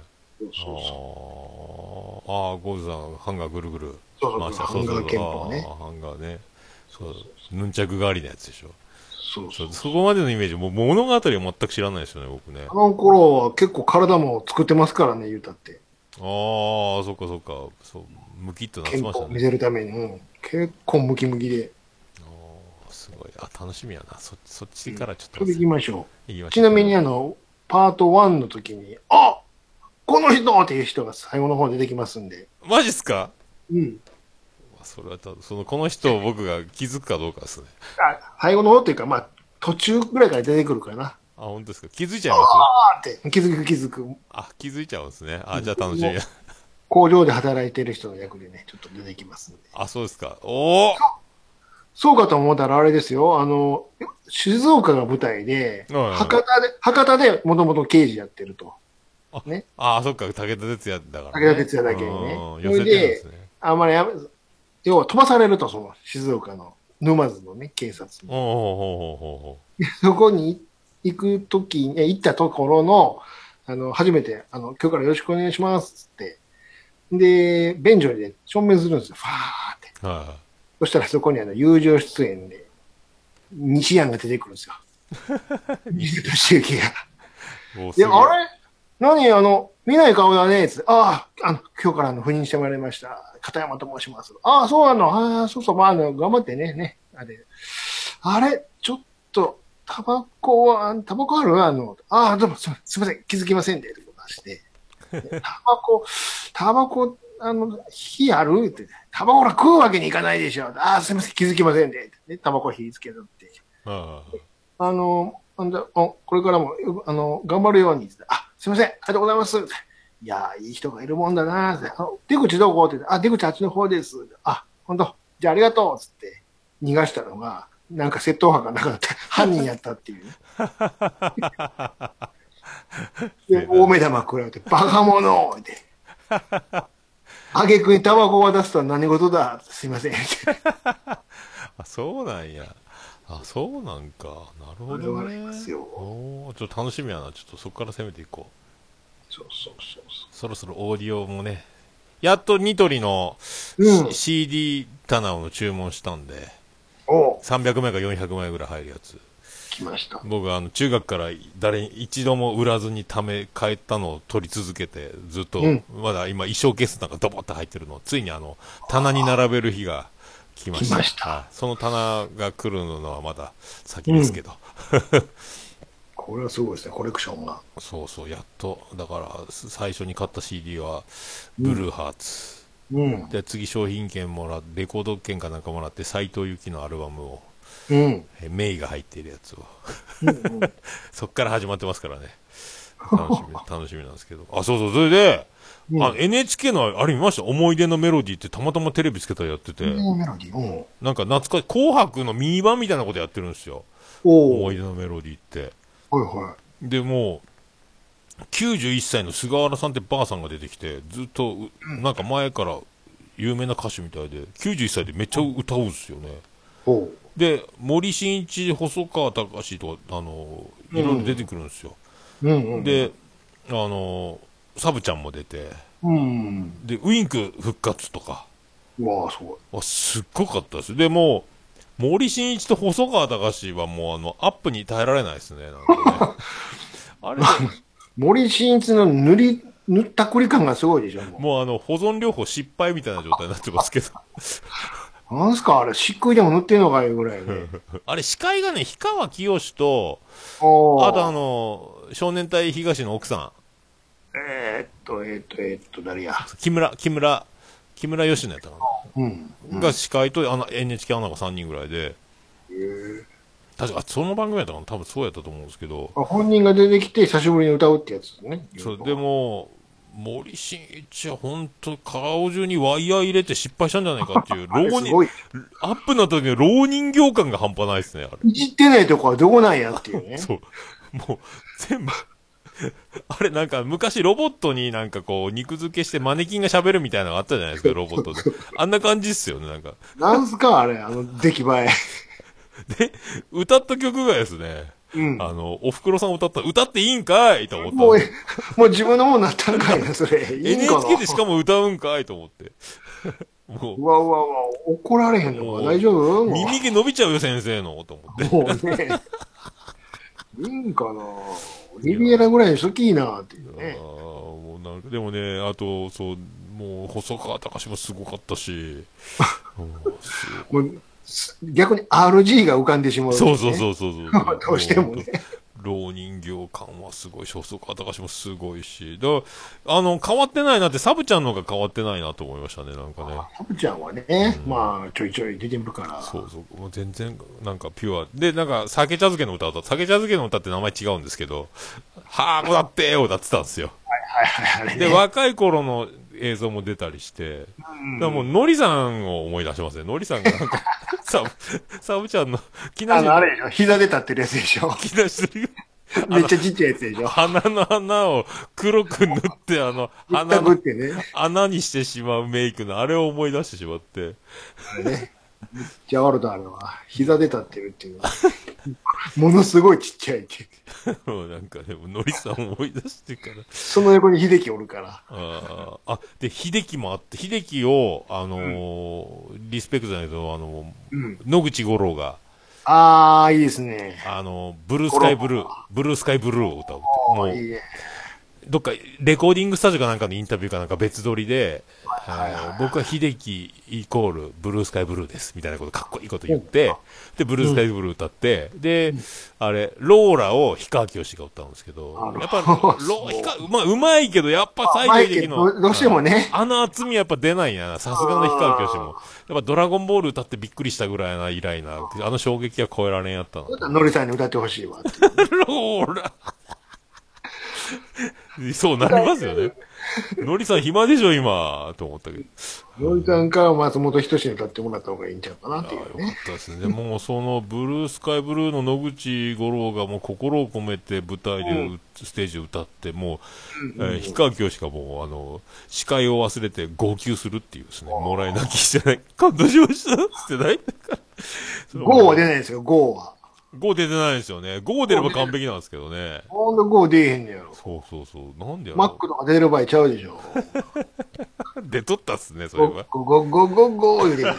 Speaker 1: そ
Speaker 2: ゴーズさん、ハンガーぐるぐる。
Speaker 1: ハンガー憲法ね。
Speaker 2: ハンガーね。ヌンチャク代わりのやつでしょ。
Speaker 1: そ
Speaker 2: こまでのイメージ、もう物語は全く知らないですよね、僕ね。
Speaker 1: あの頃は結構体も作ってますからね、言うたって。
Speaker 2: そっか。ムキッとなってましたね。
Speaker 1: 憲法見せるために、結構ムキムキで。
Speaker 2: すごい。楽しみやな。そっちからちょっと。
Speaker 1: それ行きましょう。ちなみにパート1の時に、この人っていう人が最後の方に出てきますんで。
Speaker 2: マジっすか？
Speaker 1: うん。
Speaker 2: それはこの人を僕が気づくかどうかですね。
Speaker 1: 最後の方っていうか、途中ぐらいから出てくるかな。
Speaker 2: 本当ですか？気づいちゃいます
Speaker 1: って。気づく。
Speaker 2: 気づいちゃうんですね。じゃあ楽しみや。
Speaker 1: 工場で働いてる人の役でね、ちょっと出てきますんで。
Speaker 2: そうですか。
Speaker 1: そうかと思ったらあれですよ。静岡が舞台で、博多でもともと刑事やってると。
Speaker 2: ね。そっか、武田鉄矢だから、
Speaker 1: ね。武田鉄矢だけにね。
Speaker 2: それで、
Speaker 1: 要は飛ばされると、静岡の沼津のね、警察に。そこに行ったところの、初めて、今日からよろしくお願いしますって。で、便所で正面するんですよ、ファーって。そしたらそこに友情出演で、西安が出てくるんですよ。西俊之が。で、あれ見ない顔だね、つって。今日から赴任してもらいました。片山と申します。そうなの。そう、頑張ってね。あれ、ちょっと、タバコあるどうも、すみません、気づきませんで、とかして。タバコ、火あるって。タバコら食うわけにいかないでしょ。すみません、気づきませんで。で、タバコ火つけるって。これからも、頑張るように。すみません、ありがとうございます。いやいい人がいるもんだな。出口どこって出口あっちの方です。本当。じゃあありがとう。つって、逃がしたのが、なんか窃盗犯がなかった。犯人やったっていう。で、大目玉食らうて、バカ者って。あげくにタバコ渡すとは何事だ。すいません。
Speaker 2: そうなんや。そうなんか。なるほどね。
Speaker 1: ちょ
Speaker 2: っと楽しみやな。ちょっとそこから攻めていこう。
Speaker 1: そ
Speaker 2: ろそろオーディオもね。やっとニトリの、CD 棚を注文したんで。300枚か400枚ぐらい入るやつ。
Speaker 1: 来ました。
Speaker 2: 僕中学から一度も売らずに変えたのを取り続けて、ずっと、まだ今衣装ケースなんかドボッと入ってるのを、ついに棚に並べる日が来ました。その棚が来るのはまだ先ですけど。
Speaker 1: これはすごいですね、コレクションが。
Speaker 2: そう、やっと。だから、最初に買った CD は、ブルーハーツ。で、次商品券レコード券かなんかもらって、斎藤由貴のアルバムを、メイが入っているやつを。そっから始まってますからね。 楽しみなんですけど。あ、そうそう、それで、
Speaker 1: うん。
Speaker 2: NHK のあれ見ました思い出のメロディーってたまたまテレビつけたらやってて、
Speaker 1: メロディー。うん。
Speaker 2: なんか懐かしい、紅白のミニ版みたいなことやってるんですよ。思い
Speaker 1: おー。
Speaker 2: 出のメロディーって。
Speaker 1: はいは
Speaker 2: で、もう、91歳の菅原さんってばあさんが出てきて、ずっと、なんか前から有名な歌手みたいで、91歳でめっちゃ歌うんですよね。
Speaker 1: い。おう。
Speaker 2: で、森進一、細川隆とか、いろいろ出て
Speaker 1: うん。
Speaker 2: くるんですよ。
Speaker 1: うん
Speaker 2: で、サブちゃんも出て、
Speaker 1: うん。うん。
Speaker 2: で、ウインク復活とか、
Speaker 1: うわあ、すごい。
Speaker 2: すっごかったです。で、もう、森進一と細川隆はもうアップに耐えられないですね、なんかね。あれで、
Speaker 1: 森進一の塗ったくり感がすごいでしょ、も
Speaker 2: もう保存療法失敗みたいな状態になってますけど。
Speaker 1: う。なんすか、あれ、漆喰でも塗ってんのかいうぐらいね。
Speaker 2: あれ、司会がね、氷川きよしと、あと
Speaker 1: おー。
Speaker 2: 少年隊東の奥さ
Speaker 1: 誰や。
Speaker 2: ん、木村佳乃やったか
Speaker 1: うん。う
Speaker 2: なが
Speaker 1: ん。
Speaker 2: 司会とNHK アナが3人ぐらいで、
Speaker 1: へえ。
Speaker 2: 確か、その番組やったかな多分そうやったと思うんですけど、
Speaker 1: 本人が出てきて久しぶりに歌うってやつですね。
Speaker 2: そう、でも、森進一は本当顔中にワイヤー入れて失敗したんじゃないかっていう、
Speaker 1: あれすごい。
Speaker 2: アップになった時の浪人業感が半端ないですね、あれ。
Speaker 1: いじってないとこはどこなんやっていうね。
Speaker 2: そう。もう、全部、あれなんか昔ロボットになんかこう肉付けしてマネキンが喋るみたいなのがあったじゃないですか、ロボットで。あんな感じっすよね、なんか。
Speaker 1: なんすか、あれ、出来栄え。
Speaker 2: で、歌った曲がですね、
Speaker 1: うん。
Speaker 2: おふくろさん歌っていいんかいと思った
Speaker 1: もう、
Speaker 2: んですよ。
Speaker 1: もう自分のもんなったんかいな、それ。いいんかな。
Speaker 2: NHK でしかも歌うんかいと思って。も
Speaker 1: うわうわうわ、怒られへんのか大丈夫も
Speaker 2: 耳毛伸びちゃうよ、先生の、と思って。
Speaker 1: う、もうね、いいんかな。リビエラぐらいにしときいな、っていうね。
Speaker 2: もうなんか、でもね、あと、そう、もう、細川隆もすごかったし、すごい。
Speaker 1: もう、逆に RG が浮かんでしまうっ
Speaker 2: そう
Speaker 1: ていうね。
Speaker 2: そうそうそうそうそう、
Speaker 1: どうしてもね。
Speaker 2: 浪人業感はすごいし、細川隆もすごいし、変わってないなって、サブちゃんの方が変わってないなと思いましたね、なんかね。
Speaker 1: サブちゃんはね、まあ、ちょいちょい出てくるから。
Speaker 2: そうそう、もう全然、なんかピュア。で、なんか、酒茶漬けの歌酒茶漬けの歌って名前違うんですけど、はぁ、歌ってーを歌ってたんですよ。
Speaker 1: はいはい、あれ
Speaker 2: で、
Speaker 1: ね。
Speaker 2: 若い頃の映像も出たりして、だからもう、ノリさんを思い出しますね。ノリさんがなんか、サブちゃんの、木梨、
Speaker 1: あれでしょ。膝で立ってるやつでしょ。
Speaker 2: 木梨する
Speaker 1: めっちゃちっちゃいやつでしょ。
Speaker 2: 鼻の穴を黒く塗って、
Speaker 1: ぶった
Speaker 2: 鼻の
Speaker 1: くってね。
Speaker 2: 穴にしてしまうメイクの、あれを思い出してしまって。
Speaker 1: あれね。じゃあ、ワルドあれは、膝で立ってるっていうのは、ものすごいちっちゃいっていう。
Speaker 2: もうなんかでも、ノリさんを思い出してから。
Speaker 1: その横に秀樹おるから。
Speaker 2: で、秀樹もあって、秀樹を、
Speaker 1: うん。
Speaker 2: リスペクトじゃないけど、
Speaker 1: うん。
Speaker 2: 野口五郎が、
Speaker 1: ああ、いいですね。
Speaker 2: ブルース
Speaker 1: コロ
Speaker 2: カイブルー、ブルースカイブルーを歌うって。もう、
Speaker 1: いいね。
Speaker 2: どっか、レコーディングスタジオかなんかのインタビューかなんか別撮りで、
Speaker 1: はいは
Speaker 2: 僕は秀樹イコールブルースカイブルーです、みたいなこと、かっこいいこと
Speaker 1: いはい。
Speaker 2: 言って、で、ブルー
Speaker 1: うん。
Speaker 2: スカイブルー歌って、で、あれ、ローラを氷川きよしが歌うんですけど、やっぱ、
Speaker 1: そう。
Speaker 2: まあ、うまいけど、やっぱ西城秀樹の、
Speaker 1: どうしてもね。
Speaker 2: あの厚みはやっぱ出ないな、さすがの氷川きよしも。
Speaker 1: あ
Speaker 2: やっぱドラゴンボール歌ってびっくりしたぐらいな、以来な、あの衝撃は超えられんやったなと
Speaker 1: あ、
Speaker 2: 思って。
Speaker 1: ノリさんに歌ってほしいわっていうね。
Speaker 2: ローラそうなりますよね。ノリさん暇でしょ、今、と思ったけど。
Speaker 1: ノリさんか松本人志に歌ってもらった方がいいんちゃうかなってい
Speaker 2: ああ、よかっ
Speaker 1: うね。
Speaker 2: たですね。でもうそのブルースカイブルーの野口五郎がもう心を込めて舞台で
Speaker 1: うん。
Speaker 2: ステージを歌って、もう、氷
Speaker 1: うん。
Speaker 2: 川きよしかもう、視界を忘れて号泣するっていうですね、もらい泣きしてない、感動しましたってないそれはもう、
Speaker 1: ゴーは出ないんですよ、ゴーは。
Speaker 2: 5出てないんですよね。5出れば完璧なんですけどね。
Speaker 1: ほんとゴー出えへんねやろ。
Speaker 2: そうそうそう。なんでやろ
Speaker 1: マックとか出る場合ちゃうでしょ。
Speaker 2: う。出とったっすね、それ
Speaker 1: ゴ
Speaker 2: は。
Speaker 1: ゴゴゴゴゴー言うてるよ。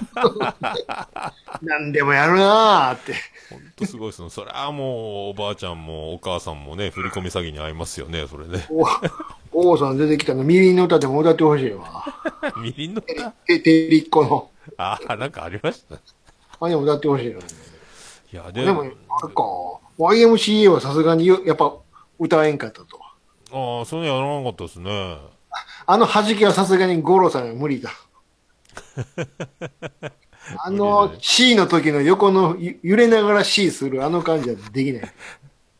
Speaker 1: なんでもやるなーって。
Speaker 2: ほんとすごいっすね。そりゃもう、おばあちゃんもお母さんもね、振り込み詐欺に遭いますよね、それね。
Speaker 1: お、王さん出てきたの、みりんの歌でも歌ってほしいわ。
Speaker 2: みりんの歌
Speaker 1: てりっこの。
Speaker 2: なんかありました。
Speaker 1: あれも歌ってほしいよね。
Speaker 2: いや、
Speaker 1: でも、あれか。YMCA はさすがにやっぱ歌えんかったと。
Speaker 2: それやらなかったですね。
Speaker 1: 弾きはさすがに五郎さんは無理だ。
Speaker 2: 無理だね。
Speaker 1: C の時の横の揺れながら C するあの感じはできない。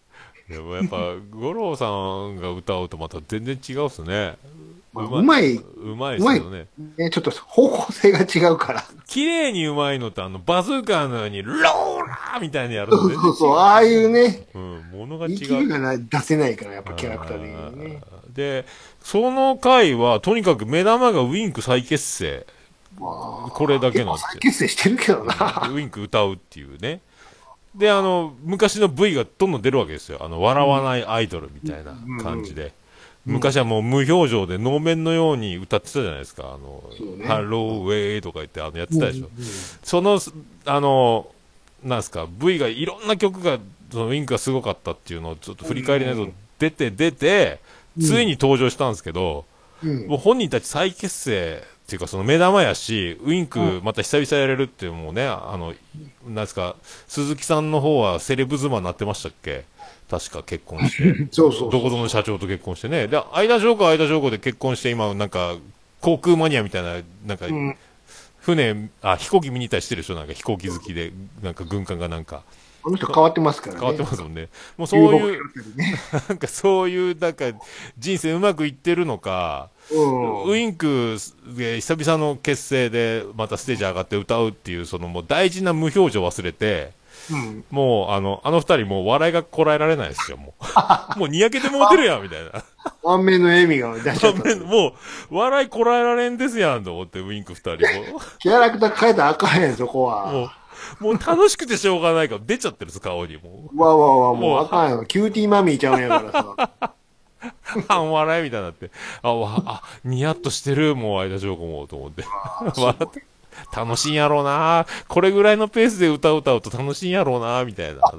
Speaker 2: でもやっぱ、五郎さんが歌うとまた全然違うっすね。
Speaker 1: まあ、うまい、
Speaker 2: うまいで
Speaker 1: うまい、
Speaker 2: すけどね。
Speaker 1: ね、ちょっと方向性が違うから。
Speaker 2: 綺麗にうまいのと、バズーカのように、ローラーみたいにやる
Speaker 1: そう
Speaker 2: の全然違う。
Speaker 1: そうそう、ああいうね、
Speaker 2: うん、ものが違
Speaker 1: 勢い
Speaker 2: う。
Speaker 1: が出せないから、やっぱキャラクター的にね。
Speaker 2: で、その回は、とにかく目玉がウィンク再結成。これ
Speaker 1: まあ、結構
Speaker 2: だけのって。
Speaker 1: 再結成してるけど
Speaker 2: うん、で、
Speaker 1: な。
Speaker 2: ウィンク歌うっていうね。で、昔の V がどんどん出るわけですよ。笑わないアイドルみたいな感じで。昔はもう無表情で能面のように歌ってたじゃないですか。
Speaker 1: そうね。
Speaker 2: ハローウェイとか言って、やってたでしょ。
Speaker 1: うん
Speaker 2: その、あの、なんすか、V がいろんな曲が、そのウィンクがすごかったっていうのをちょっと振り返りのやつを出て、ついに登場したんですけど、
Speaker 1: うん。
Speaker 2: もう本人たち再結成っていうかその目玉やし、ウィンクまた久々やれるっていうもうね、なんですか、鈴木さんの方はセレブ妻になってましたっけ？確か結婚して。
Speaker 1: そうそうそう。
Speaker 2: どこぞの社長と結婚してね。で、相田翔子で結婚して今なんか、航空マニアみたいな、なんか、
Speaker 1: うん。
Speaker 2: 飛行機見に行ったりしてるでしょなんか飛行機好きで、なんか軍艦がなんか、
Speaker 1: この人変わってますから
Speaker 2: 変わって
Speaker 1: ね。
Speaker 2: ますもんね。もう
Speaker 1: 流木
Speaker 2: そういう、
Speaker 1: 拾ったりね。
Speaker 2: なんかそういう、なんか、人生うまくいってるのか、
Speaker 1: うん。
Speaker 2: ウインクで久々の結成でまたステージ上がって歌うっていう、そのもう大事な無表情忘れて、
Speaker 1: うん。
Speaker 2: もうあの二人もう笑いがこらえられないですよ、もう。もうにやけてもうてるやん、みたいな。
Speaker 1: 満面の笑みが出しちゃった。
Speaker 2: もう、笑いこらえられんですやん、と思って、ウインク二人も。
Speaker 1: キャラクター変えたらあかんやん、そこ
Speaker 2: も
Speaker 1: は。
Speaker 2: もう楽しくてしょうがないから出ちゃってるんです、顔に。も
Speaker 1: わわわ、
Speaker 2: う、もう、
Speaker 1: もうあかんよ。キューティーマミーちゃうんやからさ。
Speaker 2: 半笑いみたいになって、ニヤッとしてる、もう相田翔子も、と思って。
Speaker 1: あすごい。
Speaker 2: 笑って、楽しいんやろうなこれぐらいのペースで歌うと楽しいんやろうなみたいな。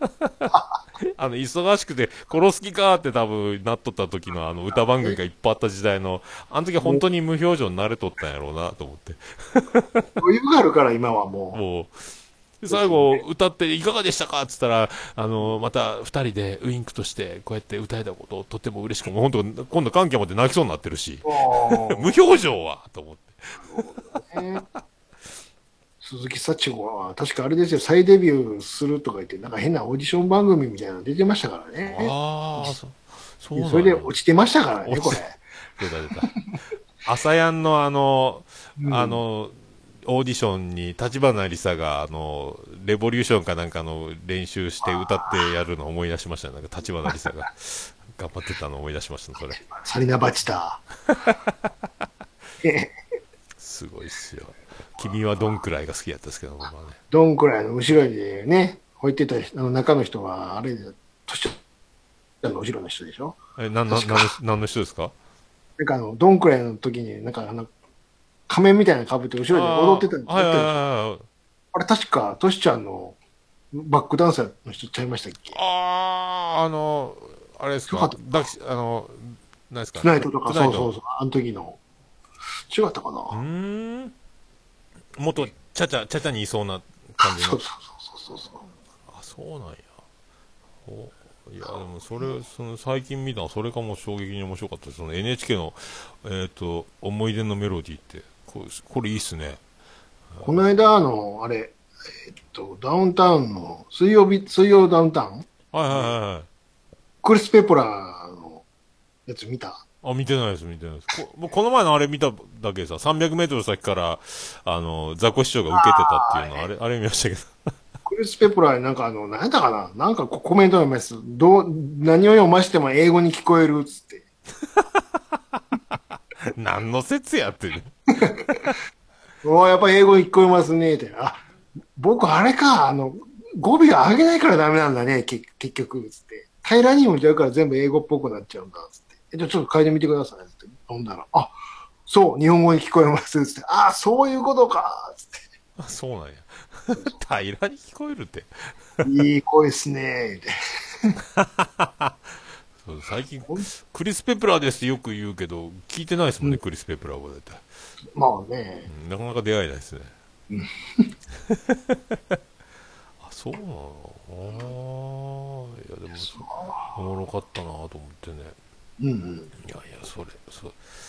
Speaker 2: 忙しくて殺す気かって多分なっとった時の歌番組がいっぱいあった時代の、あの時は本当に無表情になれとったんやろうなと思って。
Speaker 1: 余裕があるから、今はも
Speaker 2: もう、で
Speaker 1: う。で
Speaker 2: 最
Speaker 1: すよね。
Speaker 2: 後歌っていかがでしたかって言ったら、また二人でウインクとしてこうやって歌えたことをとっても嬉しく、もう本当今度感極まって泣きそうになってるし、無
Speaker 1: あ
Speaker 2: 表情はと思って。
Speaker 1: あ、ね。鈴木幸子は、確かあれですよ、再デビューするとか言って、なんか変なオーディション番組みたいなの出てましたからね。
Speaker 2: そうなんや。
Speaker 1: それで落ちてましたからね、これ。
Speaker 2: 出た。朝やんの
Speaker 1: うん。
Speaker 2: オーディションに立花梨沙がレボリューションかなんかの練習して歌ってやるのを思い出しましたね。なんか立花梨沙が頑張ってたのを思い出しましたね、それ。
Speaker 1: サリナバチタ。
Speaker 2: すごいっすよ。君はどんくらいが好きやったですけど、僕はね。
Speaker 1: どんくらいの後ろにね、置いてた中の人は、あれ、年下の後ろの人でしょ確か。
Speaker 2: 何の人ですか？
Speaker 1: なんかどんくらいの時に、なんか仮面みたいなの被って後ろで踊ってた、
Speaker 2: はいはい
Speaker 1: やったでしょ
Speaker 2: はいはい。
Speaker 1: あれ確か、トシちゃんのバックダンサーの人ちゃいましたっけ？
Speaker 2: あれですか
Speaker 1: よかった。
Speaker 2: 抱きし、何ですか
Speaker 1: スナイトとか、
Speaker 2: トゥナイト。
Speaker 1: そうそうそう、あの時の。違ったか
Speaker 2: う
Speaker 1: な？
Speaker 2: ーん。もっと、ちゃちゃにいそうな感じの。
Speaker 1: そうそうそうそうそう。
Speaker 2: そうなんや。いや、でも最近見たの、それかも衝撃に面白かったです。その NHK の、思い出のメロディーって、これいいっすね。
Speaker 1: この間、あれ、ダウンタウンの、水曜ダウンタウン
Speaker 2: はいはいは
Speaker 1: で、
Speaker 2: いはい。
Speaker 1: クリス・ペプラーのやつ見た？
Speaker 2: 見てないです、見てないです。もうこの前のあれ見ただけでさ、300メートル先から、ザコシショウが受けてたっていうの、あれ見ましたけど。
Speaker 1: クリス・ペプラーになんか何やったかななんかコメント読みます。何を読ましても英語に聞こえるっつって。
Speaker 2: 何の説やってね。
Speaker 1: やっぱり英語に聞こえますねって。僕あれか、語尾を上げないからダメなんだね、結局、つって。平らに読んじゃうから全部英語っぽくなっちゃうんだ、つって。じゃあちょっと書いてみてください、つって。読んだら、そう、日本語に聞こえます、つって。そういうことか、つって。
Speaker 2: そうなんや。
Speaker 1: そうそ
Speaker 2: 平らに聞こえるって。
Speaker 1: う。いい声っすね、って。
Speaker 2: そう最近、
Speaker 1: ほん
Speaker 2: クリス・ペプラーですってよく言うけど、聞いてないですもんね、
Speaker 1: うん、
Speaker 2: クリス・ペプラーは絶対。
Speaker 1: まあね。
Speaker 2: なかなか出会えないですね。
Speaker 1: うん、
Speaker 2: そうなの。いや、でも
Speaker 1: です
Speaker 2: お
Speaker 1: わ。
Speaker 2: もろかったなと思ってね。
Speaker 1: うんうん。
Speaker 2: いやいや、それ。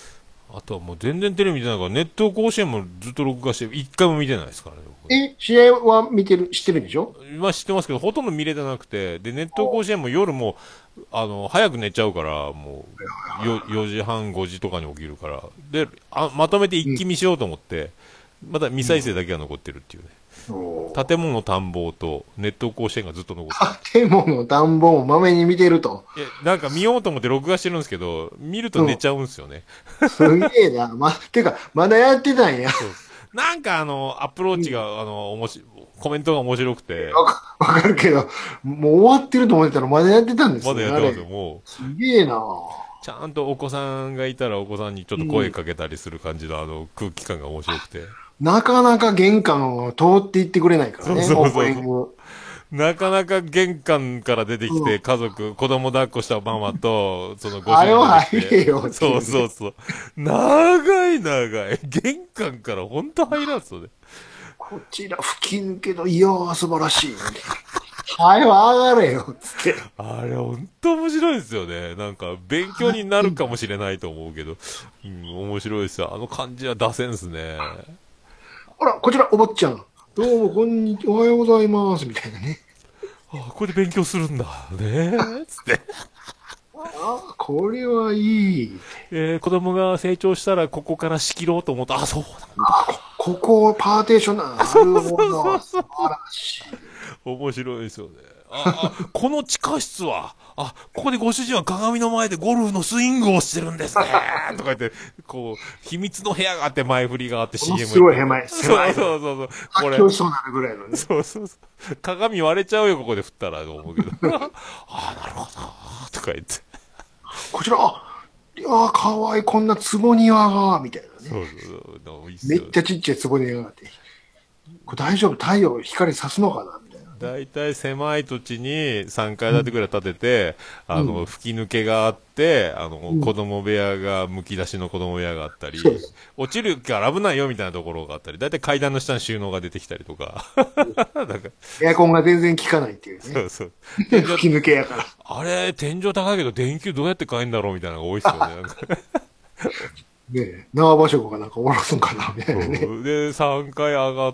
Speaker 2: あとはもう全然テレビ見てないから、ネット甲子園もずっと録画して、一回も見てないですからね、僕。
Speaker 1: 試合は知ってるんでしょ？
Speaker 2: まあ知ってますけど、ほとんど見れてなくて、で、ネット甲子園も夜も、早く寝ちゃうから、もう、4時半、5時とかに起きるから、で、まとめて一気見しようと思って、まだ未再生だけが残ってるっていうね。建物探訪とネット甲子園がずっと残って
Speaker 1: る。建物探訪をまめに見てると。
Speaker 2: なんか見ようと思って録画してるんですけど、見ると寝ちゃうんですよね。
Speaker 1: すげえな。てか、まだやってたんや。
Speaker 2: なんかアプローチが、コメントが面白くて。
Speaker 1: わかるけど、もう終わってると思ってたらまだやってたんですね。
Speaker 2: まだやってますよ、も
Speaker 1: う。すげえな。
Speaker 2: ちゃんとお子さんがいたらお子さんにちょっと声かけたりする感じの空気感が面白くて。
Speaker 1: なかなか玄関を通っていってくれないからね。そう
Speaker 2: なかなか玄関から出てきて、家族、子供抱っこしたママと、そのご
Speaker 1: 主人が出てきて。
Speaker 2: そうそうそう。長い。玄関からほんと入らんすよね。
Speaker 1: こちら吹き抜けの、いやー素晴らしい。はい、上がれよ、つって。
Speaker 2: あれ、ほんと面白いですよね。なんか、勉強になるかもしれないと思うけど、面白いですよ。あの感じは出せんすね。
Speaker 1: あら、こちら、お坊ちゃん。どうも、こんにちは、おはようございます、みたいなね。
Speaker 2: これで勉強するんだ。ねつって。
Speaker 1: これはいい。
Speaker 2: 子供が成長したらここから仕切ろうと思った。そうなんだ。
Speaker 1: ここパーテーションなるほど。素晴らしい。
Speaker 2: 面白いですよね。この地下室は、ここでご主人は鏡の前でゴルフのスイングをしてるんですね。とか言って、こう、秘密の部屋があって前振りがあって CM。
Speaker 1: すごい狭い。
Speaker 2: 狭い。そう。
Speaker 1: これ。発そうなるぐらいのね。
Speaker 2: そう。鏡割れちゃうよ、ここで振ったら、と思うけど。なるほど。とか言って。
Speaker 1: こちら、かわいい、こんな坪庭が、みたいなね。そう。めっちゃちっちゃい坪庭があって。これ大丈夫？太陽、光差すのかなみたいな。
Speaker 2: だいたい狭い土地に3階建てぐらい建てて、吹き抜けがあって、子供部屋が、むき出しの子供部屋があったり、落ちるから危ないよみたいなところがあったり、だいたい階段の下に収納が出てきたりとか。
Speaker 1: エアコンが全然効かないっていうね。そう。吹き抜けやから。
Speaker 2: あれ、天井高いけど電球どうやって変えんだろうみたいなのが多いですよね。
Speaker 1: ねえ、縄場所がなんか下ろすんかなみたいなね。で、
Speaker 2: 3階上がって、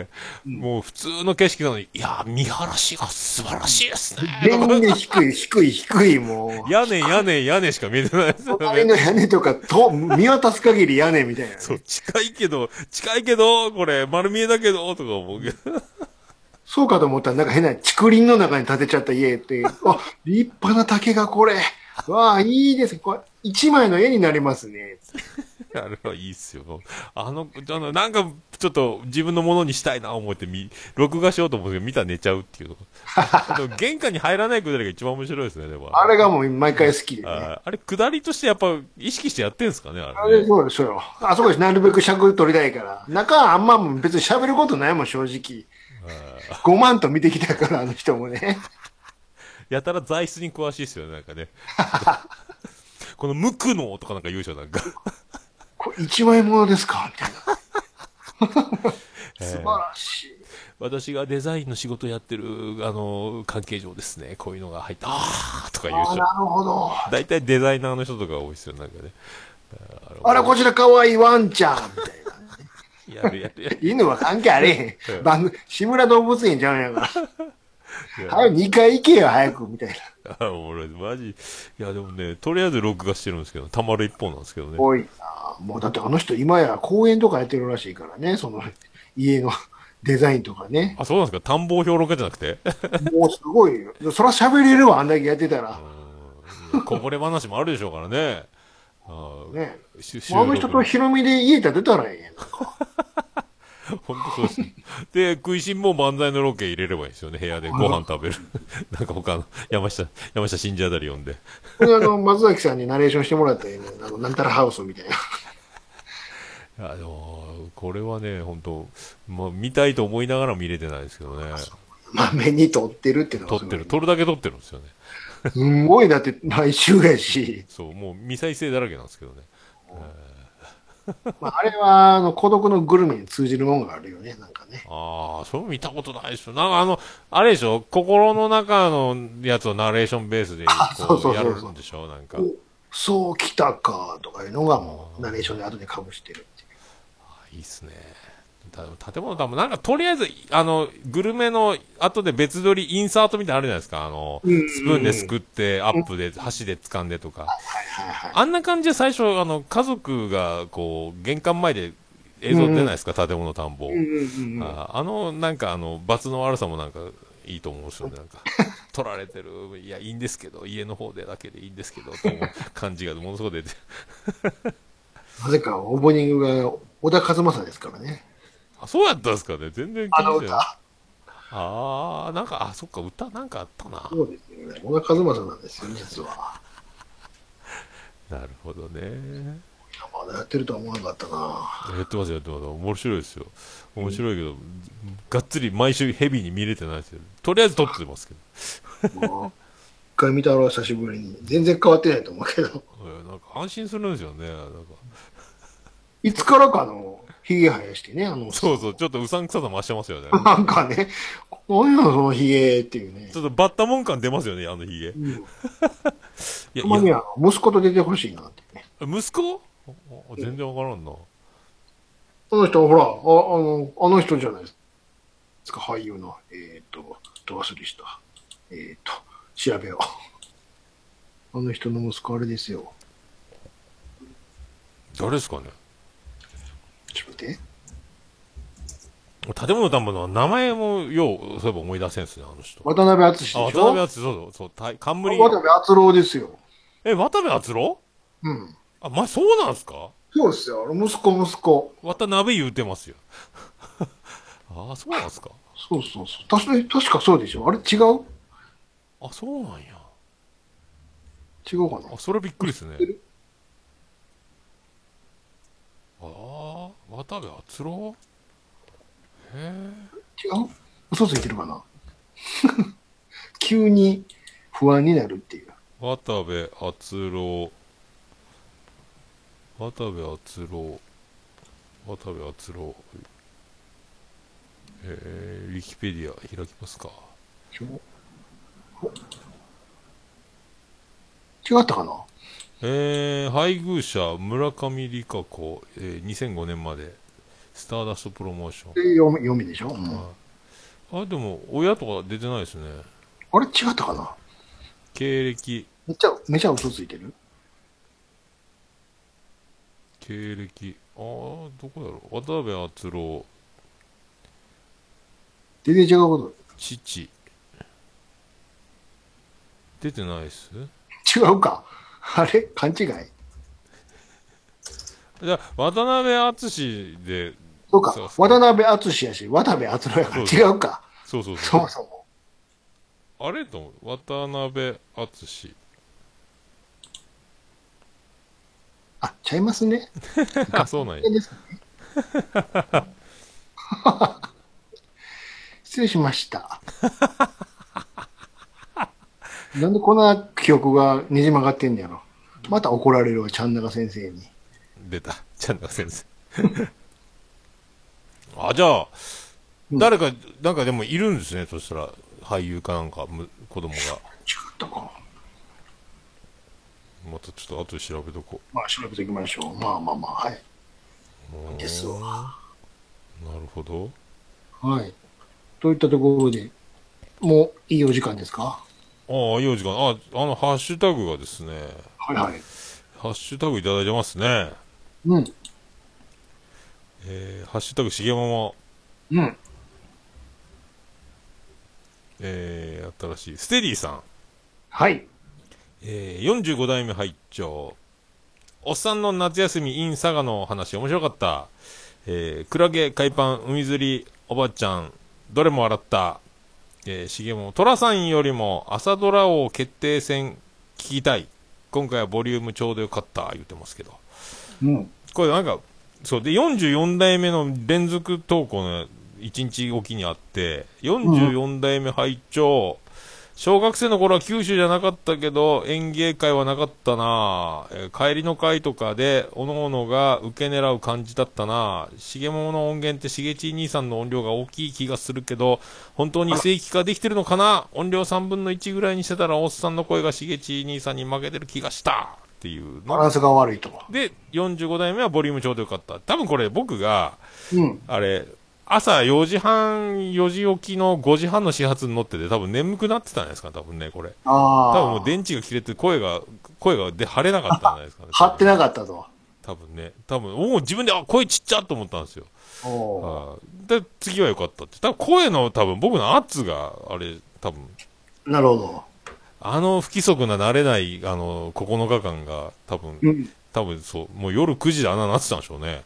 Speaker 2: もう普通の景色なのに、いや見晴らしが素晴らしいですね。
Speaker 1: 全然低い、も
Speaker 2: う。屋根しか見えてないですよね。
Speaker 1: 隣の屋根とか、見渡す限り屋根みたいな、ね。
Speaker 2: そう、近いけど、これ、丸見えだけど、とか思うけど。
Speaker 1: そうかと思ったら、なんか変な竹林の中に建てちゃった家って、立派な竹がこれ。わあ、いいです。これ、一枚の絵になりますね。
Speaker 2: あれはいいっすよ。なんか、ちょっと自分のものにしたいな思って録画しようと思うんですけど、見たら寝ちゃうっていうの。玄関に入らないくだりが一番面白いですね、でも。
Speaker 1: あれがもう毎回好きでね。
Speaker 2: あれ、下りとしてやっぱ意識してやってんすかね、あれ、ね。
Speaker 1: そうですよ。あそこでなるべく尺取りたいから。中はあんま別に喋ることないもん、正直。5万と見てきたから、あの人もね。
Speaker 2: やたら材質に詳しいですよね、なんかね。この無垢のとかなんか言うでしょ、なんか。
Speaker 1: これ一枚ものですかみたいな。素晴らしい。
Speaker 2: 私がデザインの仕事やってる、関係上ですね、こういうのが入った、とか言う人。
Speaker 1: なるほど。
Speaker 2: 大体デザイナーの人とか多いですよ、なんかね。
Speaker 1: あら、こちら可愛いワンちゃんみたいな。
Speaker 2: やる。
Speaker 1: 犬は関係あれへん。志村動物園ちゃうんやから。早く2回行けよ、早く、みたいな。
Speaker 2: 俺、マジ。いや、でもね、とりあえず録画してるんですけど、たまる一本なんですけどね。
Speaker 1: 多いな。もうだってあの人今や公園とかやってるらしいからね、その家のデザインとかね。
Speaker 2: そうなんですか？探訪評論家じゃなくて
Speaker 1: もうすごいよ。そら喋れるわ、あんだけやってたら。
Speaker 2: こぼれ話もあるでしょうからね。
Speaker 1: ね。あの人とヒロミで家建てたらええやんか。
Speaker 2: 本当そうです。で、食いしん坊漫才のロケ入れればいいですよね、部屋でご飯食べる。なんか他の、山下真司あたり呼んで。
Speaker 1: これ松崎さんにナレーションしてもらったらいいね。なんたらハウスみたいな。
Speaker 2: いや、でも、これはね、本当見たいと思いながら見れてないですけどね。
Speaker 1: まあ、目に撮ってるっていうの
Speaker 2: が撮るだけ撮ってるんですよね。
Speaker 1: すんごい、だって来週やし。
Speaker 2: そう、もう未再生だらけなんですけどね。
Speaker 1: まあ、あれは、孤独のグルメに通じるものがあるよね、なんかね。
Speaker 2: それも見たことないですよ。なんかあれでしょ、心の中のやつをナレーションベースでこうやるんでしょ、なんか。
Speaker 1: そうきたか、とかいうのがもう、ナレー
Speaker 2: あ
Speaker 1: ションで後でかぶしてるっていう。
Speaker 2: あ、いいっすね。建物多分なんかとりあえず、グルメの後で別撮り、インサートみたいなのあるじゃないですか。
Speaker 1: うんうん
Speaker 2: スプーンです
Speaker 1: うん。
Speaker 2: くって、アッ
Speaker 1: うん。
Speaker 2: プで、箸で掴んでとか。
Speaker 1: はいはいはい。
Speaker 2: あんな感じで最初、家族が、こう、玄関前で映像出ない
Speaker 1: うんうん。
Speaker 2: ですか、建物探訪。
Speaker 1: うんうんうんうん。
Speaker 2: なんか罰の悪さもなんか、いいと思うんですよね、なんか。取られてる、いや、いいんですけど、家の方でだけでいいんですけど、と思う感じがものすごく出て。
Speaker 1: なぜかオープニングが小田和正ですからね。
Speaker 2: あ、そうやったんですかね、全然
Speaker 1: あ
Speaker 2: 気にしてない。
Speaker 1: の歌。
Speaker 2: なんか、そっか、歌なんかあったな。
Speaker 1: そうですよね。小田和正なんですよ、実は。
Speaker 2: なるほどね。
Speaker 1: まだやってるとは思わなかったな。
Speaker 2: やってます、やってます。面白いですよ。
Speaker 1: うん。
Speaker 2: 面白いけど、がっつり毎週ヘビーに見れてないですよ。とりあえず撮ってますけど。
Speaker 1: もう、一回見たろ、久しぶりに。全然変わってないと思うけど。
Speaker 2: なんか安心するんですよね。なんか、
Speaker 1: いつからか髭生やしてね、あのおっさん。
Speaker 2: そうそう、ちょっとうさんくささ増してますよね。
Speaker 1: なんかね、何やのその髭っていうね。
Speaker 2: ちょっとバッタモン感出ますよね、あのヒゲ。
Speaker 1: うん。
Speaker 2: いや、
Speaker 1: たまには息子と出てほしいなってね。
Speaker 2: 息子
Speaker 1: うん。
Speaker 2: 全然わからんな。
Speaker 1: あの人、ほら、あの人じゃないですか、俳優の。忘れした。調べよう。あの人の息子あれですよ。
Speaker 2: 誰ですかね。
Speaker 1: ちょっと待って。
Speaker 2: 建物田んぼの名前もよう、そういえば思い出せんすね、あの人。
Speaker 1: 渡辺敦
Speaker 2: あ、
Speaker 1: でしょ？
Speaker 2: 渡辺篤、そう、冠。
Speaker 1: 渡部篤郎ですよ。
Speaker 2: 渡部篤郎。
Speaker 1: うん。
Speaker 2: あ、そうなんすか。
Speaker 1: そうですよ。息子。
Speaker 2: 渡辺言うてますよ。あ、そうなんすか。
Speaker 1: そうそうそう。確かそうでしょ。あれ違う？
Speaker 2: あ、そうなんや。
Speaker 1: 違うかな？
Speaker 2: あ、それびっくりですね。
Speaker 1: 知ってる？
Speaker 2: 渡部篤郎。へえ。
Speaker 1: 違う？嘘ついてるかな？急に不安になるっていう。
Speaker 2: 渡部篤郎。渡部篤郎。渡部篤郎。ウィキペディア開きますか。
Speaker 1: ちょ違ったかな？
Speaker 2: 配偶者、村上理香子、2005年まで、スターダストプロモーション。
Speaker 1: 読みでしょ？うん。
Speaker 2: はい。でも、親とか出てないですね。
Speaker 1: あれ違ったかな？
Speaker 2: 経歴、
Speaker 1: めちゃ嘘ついてる？
Speaker 2: 経歴、どこやろう。渡部篤郎、
Speaker 1: 全然違うこと。
Speaker 2: 父、出てないっす。
Speaker 1: 違うか。あれ勘違い？
Speaker 2: じゃあ、渡辺篤で、
Speaker 1: そうか。
Speaker 2: そうそう。
Speaker 1: 渡辺篤やし、渡部篤郎やから
Speaker 2: そうそう。
Speaker 1: 違うか。
Speaker 2: そうそうそう。
Speaker 1: そもそも。
Speaker 2: あれと思う。渡辺篤。
Speaker 1: あ、ちゃいますね。
Speaker 2: あ、
Speaker 1: ガ
Speaker 2: そうなんや。
Speaker 1: です。失礼しました。なんでこんな記憶がねじ曲がってんねやろ。また怒られるわ、ちゃんなか先生に。
Speaker 2: 出た。ちゃんなか先生。じゃあ、
Speaker 1: うん。違っ
Speaker 2: 誰か、なんかでもいるんですね。そしたら、俳優かなんか、子供が。
Speaker 1: たか。
Speaker 2: またちょっと後で調べとこ
Speaker 1: まあ、調べておきましょう。まあまあまあ、はい。
Speaker 2: う。
Speaker 1: ですわ。
Speaker 2: なるほど。
Speaker 1: はい。といったところで、もういいお時間ですか？
Speaker 2: いいお時間。ハッシュタグがですね、
Speaker 1: はいはい。
Speaker 2: ハッシュタグいただいてますね。
Speaker 1: うん。
Speaker 2: ハッシュタグしげまま、
Speaker 1: うん。
Speaker 2: 新しい、ステディさん。
Speaker 1: はい。
Speaker 2: 45代目拝聴。おっさんの夏休み in 佐賀の話面白かった。クラゲ、海パン、海釣り、おばちゃん、どれも笑った。しげも、トラさんよりも朝ドラ王決定戦聞きたい。今回はボリュームちょうどよかった。言ってますけど。
Speaker 1: うん。
Speaker 2: これなんか、そう。で、44代目の連続投稿の1日おきにあって、
Speaker 1: うん。
Speaker 2: 44代目拝聴。小学生の頃は九州じゃなかったけど、演芸会はなかったな、帰りの会とかで、おのおのが受け狙う感じだったな。しげももの音源ってしげちい兄さんの音量が大きい気がするけど、本当に正規化できてるのかな。音量3分の1ぐらいにしてたら、おっさんの声がしげちい兄さんに負けてる気がした。 っていうの
Speaker 1: バランスが悪いと。
Speaker 2: で、45代目はボリュームちょうどよかった。多分これ僕が、
Speaker 1: うん。
Speaker 2: あれ、朝4時半、4時起きの5時半の始発に乗ってて多分眠くなってたんじゃないですか、多分ね、これ。多分もう
Speaker 1: ああ。
Speaker 2: 電池が切れて声がで張れなかったんじゃないですかね。
Speaker 1: 張ってなかったと。
Speaker 2: 多分ね。多分、自分で、声ちっちゃと思ったんですよ。で、次は良かったって。多分声の僕の圧が、あれ、多分。
Speaker 1: なるほど。
Speaker 2: 不規則な慣れない、9日間が、
Speaker 1: うん。
Speaker 2: 多分そう、もう夜9時であんななってたんでしょうね。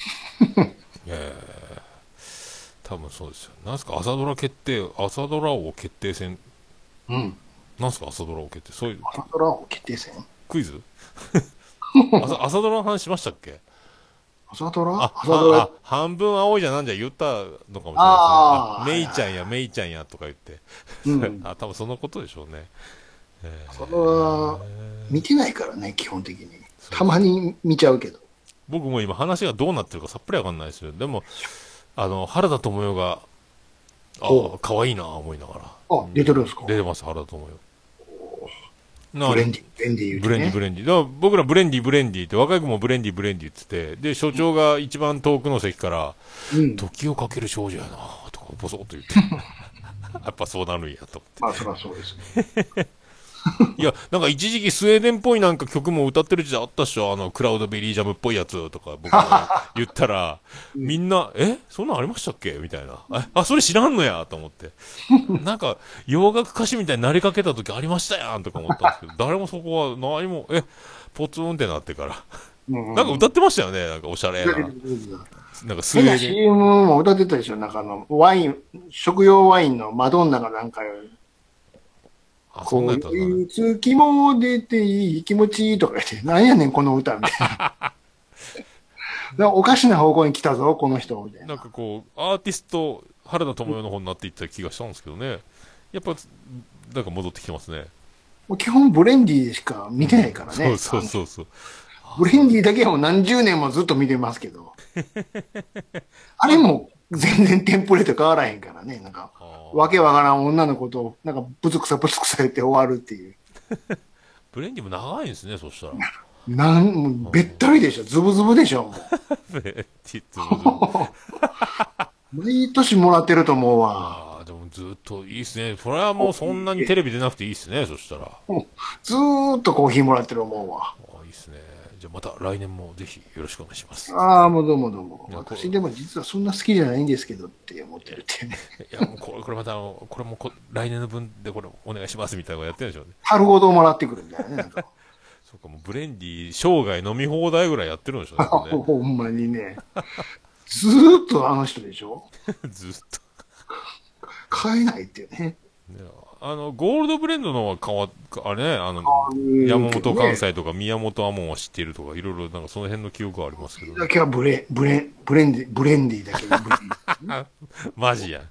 Speaker 2: 多分そうですよ。なんすか、朝ドラ王決定戦。
Speaker 1: うん。
Speaker 2: なんすか、朝ドラ王決定、そういう、
Speaker 1: 朝ドラ王決定戦
Speaker 2: クイズ朝ドラの話しましたっけ？
Speaker 1: 朝ドラ朝ドラ。
Speaker 2: 半分青いじゃなんじゃ言ったのかもしれないですね。メイちゃんや、メイちゃんやとか言って。
Speaker 1: うん。
Speaker 2: 多分そのことでしょうね。
Speaker 1: 朝ドラ、見てないからね、基本的に。たまに見ちゃうけど。
Speaker 2: 僕も今話がどうなってるかさっぱりわかんないですよ。でも、原田知世が、可愛いな思いながら。
Speaker 1: 出てるんですか？
Speaker 2: 出てます、原田知世。
Speaker 1: ブレンディ、ブレンディ言うてね。
Speaker 2: ブレンディ、ブレンディ。だから僕らブレンディ、ブレンディって、若い子もブレンディ、ブレンディって言ってて、で、所長が一番遠くの席から、時をかける少女やなとか、ボソッと言って。やっぱそうなるんやと思って。
Speaker 1: まあ、そりゃそうですね。
Speaker 2: いや、なんか一時期スウェーデンっぽいなんか曲も歌ってる時代あったっしょ。クラウドベリージャムっぽいやつとか僕が言ったら、みんな、そんなんありましたっけみたいな。それ知らんのやと思って。なんか、洋楽歌手みたいになりかけた時ありましたやんとか思ったんですけど、誰もそこは何も、ポツンってなってから。なんか歌ってましたよね。なんかおしゃれな。なんかスウェーデン。
Speaker 1: CM も歌ってたでしょ。なんかワイン、食用ワインのマドンナがなんか、
Speaker 2: そんなんやったかな。
Speaker 1: いつ気も出ていい気持ちいいとか言って、なんやねんこの歌みたいな。おかしな方向に来たぞ、この人みたいな。
Speaker 2: なんかこう、アーティスト、原田知世の方になっていった気がしたんですけどね。やっぱ、なんか戻ってきてますね。
Speaker 1: もう基本ブレンディーしか見てないからね。
Speaker 2: そう。
Speaker 1: ブレンディーだけはもう何十年もずっと見てますけど。あれも全然テンプレート変わらへんからね。なんか、わけわからん女の子と、なんかブツクサブツクサ言って終わるっていう。
Speaker 2: ブレンディも長いんですね、そしたら。
Speaker 1: もうべったりでしょ。ズブズブでしょ。もう
Speaker 2: ブレンディズブズブ。
Speaker 1: 毎年もらってると思うわ。
Speaker 2: でもずっといいっすね。それはもうそんなにテレビ出なくていいっすね、そしたら。
Speaker 1: ずーっとコーヒーもらってる思うわ。
Speaker 2: いいっすね。じゃあまた来年もぜひよろしくお願いします。
Speaker 1: ああ、もうどうもどうも。私でも実はそんな好きじゃないんですけどって思ってるっていうね。
Speaker 2: いや、もうこれまたこれも来年の分でこれお願いしますみたいなのやってるんでしょうね。
Speaker 1: 春ごともらってくるんだよね。なんか
Speaker 2: そうか、もうブレンディ生涯飲み放題ぐらいやってるんでしょうね。
Speaker 1: ほんまにね。ずーっとあの人でしょ。
Speaker 2: ずっと。
Speaker 1: 買えないっていうね。
Speaker 2: ゴールドブレンドのはあれね、山本関西とか宮本亞門は知っているとか、いろいろなんかその辺の記憶はありますけど、ね。
Speaker 1: だけはブレンディだけど、ブレンディ。
Speaker 2: マジや。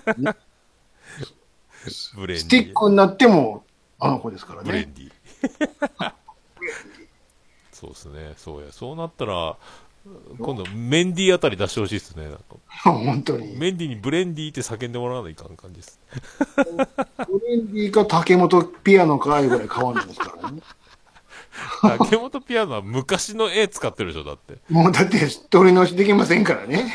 Speaker 2: ブレンディ。
Speaker 1: スティックになっても、あの子ですからね。
Speaker 2: ブレンディ。そうですね。そうなったら、今度メンディーあたり出してほしいですね。なんか
Speaker 1: 本当に。
Speaker 2: メンディーにブレンディーって叫んでもらわないかん感じです。
Speaker 1: ブレンディか竹本ピアノかいうぐらい変わるんですからね。
Speaker 2: 竹本ピアノは昔の絵使ってるでしょ、だって。
Speaker 1: もうだって取り直しできませんからね。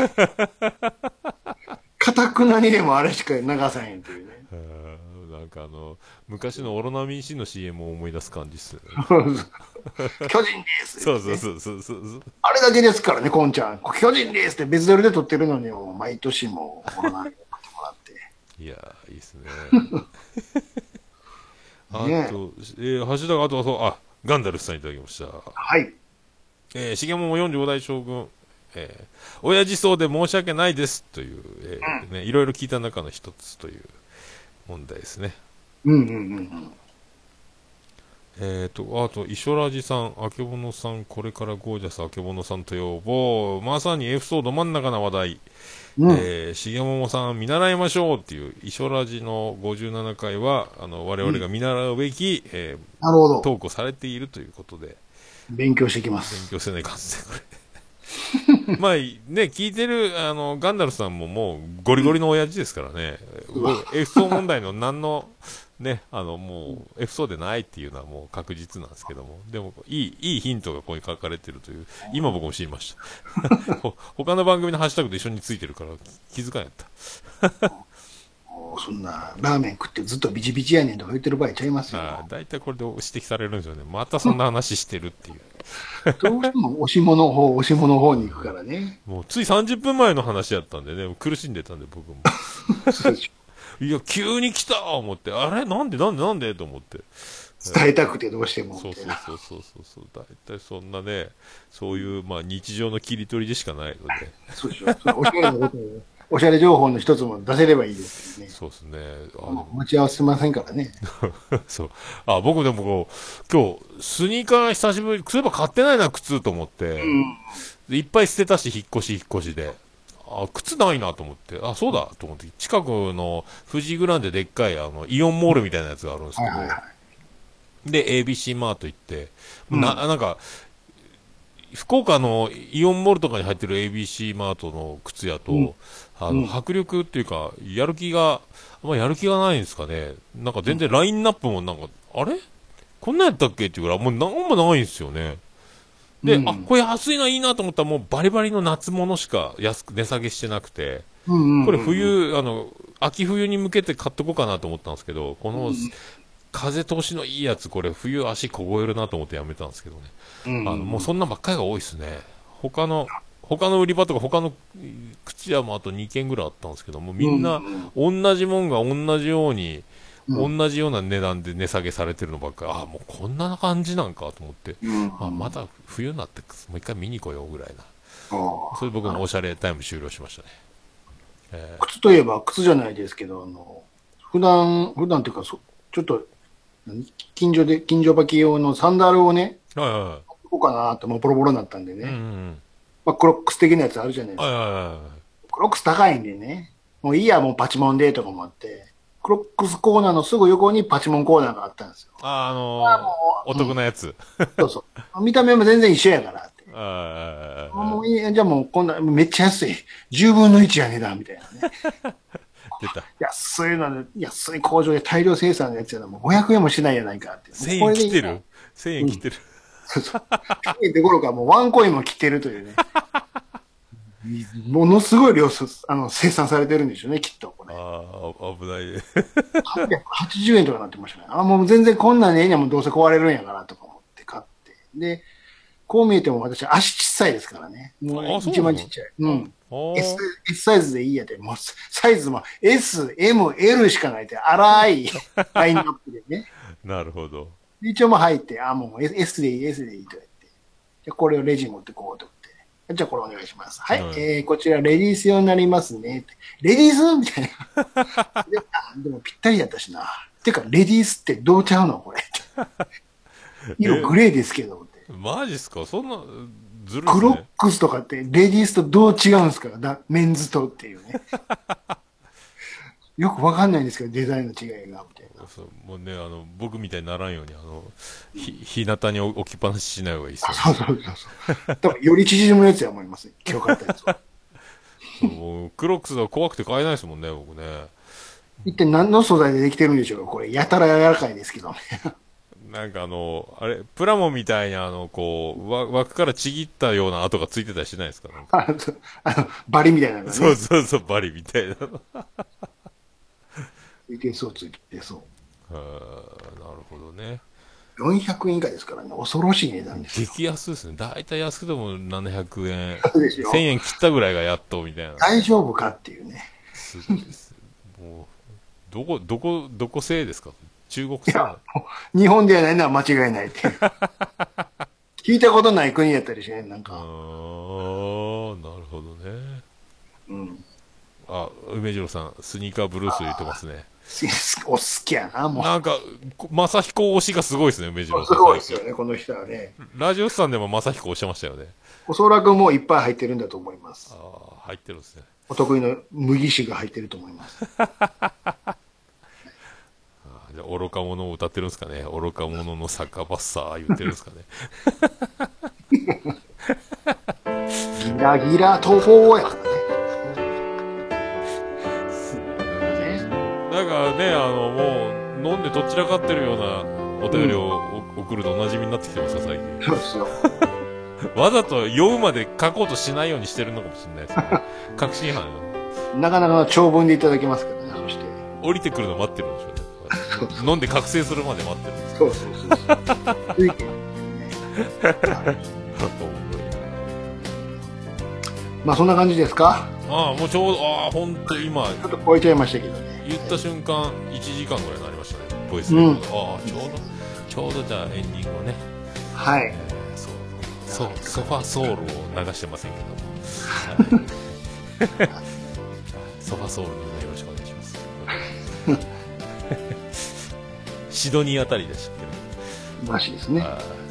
Speaker 1: かたくなにでもあれしか流さへんっていうね。
Speaker 2: なんか昔のオロナミン C の CM を思い出す感じっすね。
Speaker 1: 巨人です、
Speaker 2: そう。
Speaker 1: あれだけですからね、こんちゃん。巨人ですって別撮りで撮ってるのに、毎年もコロナに撮ってもらって。
Speaker 2: いやー、いいっすね。あと、ハッシュタグ、あとはガンダルスさんいただきました。
Speaker 1: はい。
Speaker 2: 重桃45代将軍、親父そうで申し訳ないですという、いろいろ聞いた中の一つという問題ですね。あと、イショラジさん、あけぼのさん、これからゴージャスあけぼのさんと呼ぼう。まさに F 層ど真ん中な話題。重桃さん見習いましょうっていう、イショラジの57回は、我々が見習うべき、
Speaker 1: なるほど。
Speaker 2: 投稿されているということで。
Speaker 1: 勉強してきます。
Speaker 2: 勉強せないかんですね、これ。まあね、聞いてるガンダルさんももうゴリゴリの親父ですからね、F 層問題の何のね、もう、F 層でないっていうのはもう確実なんですけども、でも、いいヒントがここに書かれてるという、今僕も知りました。他の番組のハッシュタグと一緒についてるから気づかんやった。
Speaker 1: そんな、ラーメン食ってずっとビチビチやねんとか言ってる場合ちゃいますよ。
Speaker 2: 大体これで指摘されるんですよね。またそんな話してるっていう。
Speaker 1: どうしても押し物方に行くからね。
Speaker 2: もうつい30分前の話やったんでね、苦しんでたんで僕も。いや、急に来た思って、あれなんでと思って。
Speaker 1: 伝えたくてどうしても。
Speaker 2: そう。大体そんなね、そういう、まあ日常の切り取りでしかないので。
Speaker 1: そうでしょ。おしゃれ情報の一つも出せればいいですけどね。
Speaker 2: そうですね。
Speaker 1: 持ち合わせませんからね。
Speaker 2: そう。僕でもこう、今日、スニーカー久しぶり、そういえば買ってないな、靴と思って。いっぱい捨てたし、引っ越しで。靴ないなと思って。そうだと思って。近くの富士グランデでっかい、イオンモールみたいなやつがあるんですけど。で、ABC マート行って、なんか、福岡のイオンモールとかに入ってる ABC マートの靴やと、迫力っていうか、やる気がないんですかね。なんか全然ラインナップもなんか、あれこんなんやったっけっていうぐらい、もうなんもないんですよね。で、これ安いのいいなと思ったらもうバリバリの夏物しか値下げしてなくて、これ秋冬に向けて買っとこうかなと思ったんですけど、この、風通しのいいやつ、これ冬足凍えるなと思ってやめたんですけどね。もうそんなばっかりが多いですね。他の売り場とか他の靴屋もあと2軒ぐらいあったんですけども、みんな同じもんが同じように、同じような値段で値下げされてるのばっかり、もうこんな感じなんかと思って、また冬になってもう一回見に来ようぐらいな。それで僕のおしゃれタイム終了しましたね。
Speaker 1: 靴といえば靴じゃないですけど、普段っていうか、ちょっと、近所履き用のサンダルをね、買おうかなと、もうボロボロになったんでね。クロックス的なやつあるじゃないですか。クロックス高いんでね。もういいや、もうパチモンでとかもあって、クロックスコーナーのすぐ横にパチモンコーナーがあったんですよ。
Speaker 2: お得なやつ。
Speaker 1: そう。見た目も全然一緒やからって。もういいや、じゃあもうこんな、めっちゃ安い。10分の1や値段みたいなね。
Speaker 2: 出た。
Speaker 1: 安い工場で大量生産のやつやな、もう500円もしないやないかって。
Speaker 2: 1000円切ってる ?1000 円切ってる。
Speaker 1: そう。1000円どころかもうワンコインも切ってるというね。ものすごい量生産されてるんでしょうね、きっと。これ
Speaker 2: 危ないね。
Speaker 1: 880円とかなってましたね。もう全然こんなんねえにはもうどうせ壊れるんやからとか思って買って。で、こう見えても私足小さいですからね。もう一番ちっちゃい。S サイズでいいやで、もうサイズも S、M、L しかないって、荒いラインナップでね。
Speaker 2: なるほど。
Speaker 1: 一応も入って、もう S でいい、S でいいと言って。じゃこれをレジに持ってこうと思って。じゃあこれお願いします。はい、こちらレディース用になりますね。レディースみたいな。でもぴったりだったしな。てか、レディースってどうちゃうのこれ。色グレーですけど。
Speaker 2: マジっすかそんな、ずるいっすね。
Speaker 1: クロックスとかってレディースとどう違うんですかメンズとっていうね。よくわかんないんですけど、デザインの違いが。みたいな。
Speaker 2: もうね、僕みたいにならんように、日向に置きっぱなししない方がいいっすよね。
Speaker 1: そう。多分より縮むやつや思います。今日買ったやつは。
Speaker 2: もうクロックスが怖くて買えないですもんね、僕ね。
Speaker 1: 一体何の素材でできてるんでしょうかこれ、やたら柔らかいですけどね。
Speaker 2: なんかプラモみたいに枠からちぎったような跡がついてたりしないですか
Speaker 1: バリみたいなのがね。
Speaker 2: そう、バリみたいなの。
Speaker 1: ついてそう。
Speaker 2: なるほどね。
Speaker 1: 400円以下ですからね、恐ろしい値段ですよ。
Speaker 2: 激安ですね。だいたい安くても700円。
Speaker 1: 1000
Speaker 2: 1000円切ったぐらいがやっとみたいな。
Speaker 1: 大丈夫かっていうね。
Speaker 2: すごいです。もう、どこ製ですか中国製な
Speaker 1: の？日本ではないのは間違いないっていう。聞いたことない国やったりしてね、なんか。
Speaker 2: なるほどね。梅次郎さん、スニーカーブルース言ってますね。
Speaker 1: お好きやな、もう。
Speaker 2: なんか、正彦推しがすごいですね、梅次郎
Speaker 1: さん。すごいですよね、この人はね。
Speaker 2: ラジオスさんでも正彦推してましたよね。
Speaker 1: おそらくもういっぱい入ってるんだと思います。
Speaker 2: 入ってるんですね。
Speaker 1: お得意の麦酒が入ってると思います。
Speaker 2: じゃあ愚か者を歌ってるんですかね。愚か者の酒場さ言ってるんですかね。
Speaker 1: ギラギラ途方やからね。
Speaker 2: なんかね、もう飲んでっちらかってるようなお便りを送るとおなじみになってきてますか、最近。
Speaker 1: そうですよ。
Speaker 2: わざと酔うまで書こうとしないようにしてるのかもしれないですね。確信犯よ。
Speaker 1: なかなか長文でいただきますけどね、そして。
Speaker 2: 降りてくるの待ってるんでしょうね。飲んで覚醒するまで待ってるんです
Speaker 1: そうそうそうそう。ついてるまあそんな感じですか。
Speaker 2: ああ、もうちょうど、ああ、ほんと今、
Speaker 1: ちょっと超えちゃいましたけどね。
Speaker 2: 言った瞬間、1時間ぐらいになりましたね、ボイスレコード。ああ、ちょうどじゃあエンディングをね。
Speaker 1: はい。
Speaker 2: ソファソウルを流してませんけども。はい、ソファソウルにもよろしくお願いします。シドニーあたりでしたけど。
Speaker 1: らしいですね。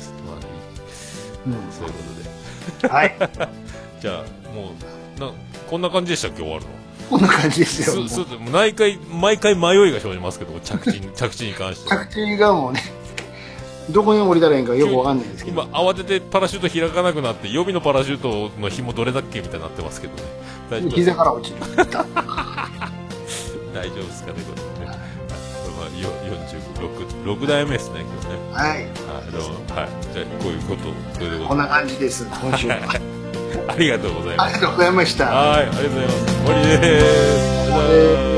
Speaker 2: そういうことで。
Speaker 1: はい。
Speaker 2: じゃあ、もう、こんな感じでしたっけ、終わるの。
Speaker 1: こんな感じですよ。
Speaker 2: 毎回迷いが生じますけど、着地に関して。
Speaker 1: 着地がもうね、どこに降りたらいいかよくわかんないですけど。
Speaker 2: 今、慌ててパラシュート開かなくなって、予備のパラシュートの紐どれだっけみたいになってますけどね。
Speaker 1: 大丈夫膝から落ちる。
Speaker 2: 大丈夫ですかね、これね。6代目ですね、今日ね。
Speaker 1: はい。
Speaker 2: はい。じゃあ、こういうこと、それで
Speaker 1: こんな感じです、今週は。
Speaker 2: ありがとうございます。
Speaker 1: ありがとうございました。
Speaker 2: はい、ありがとうございます。終わりです。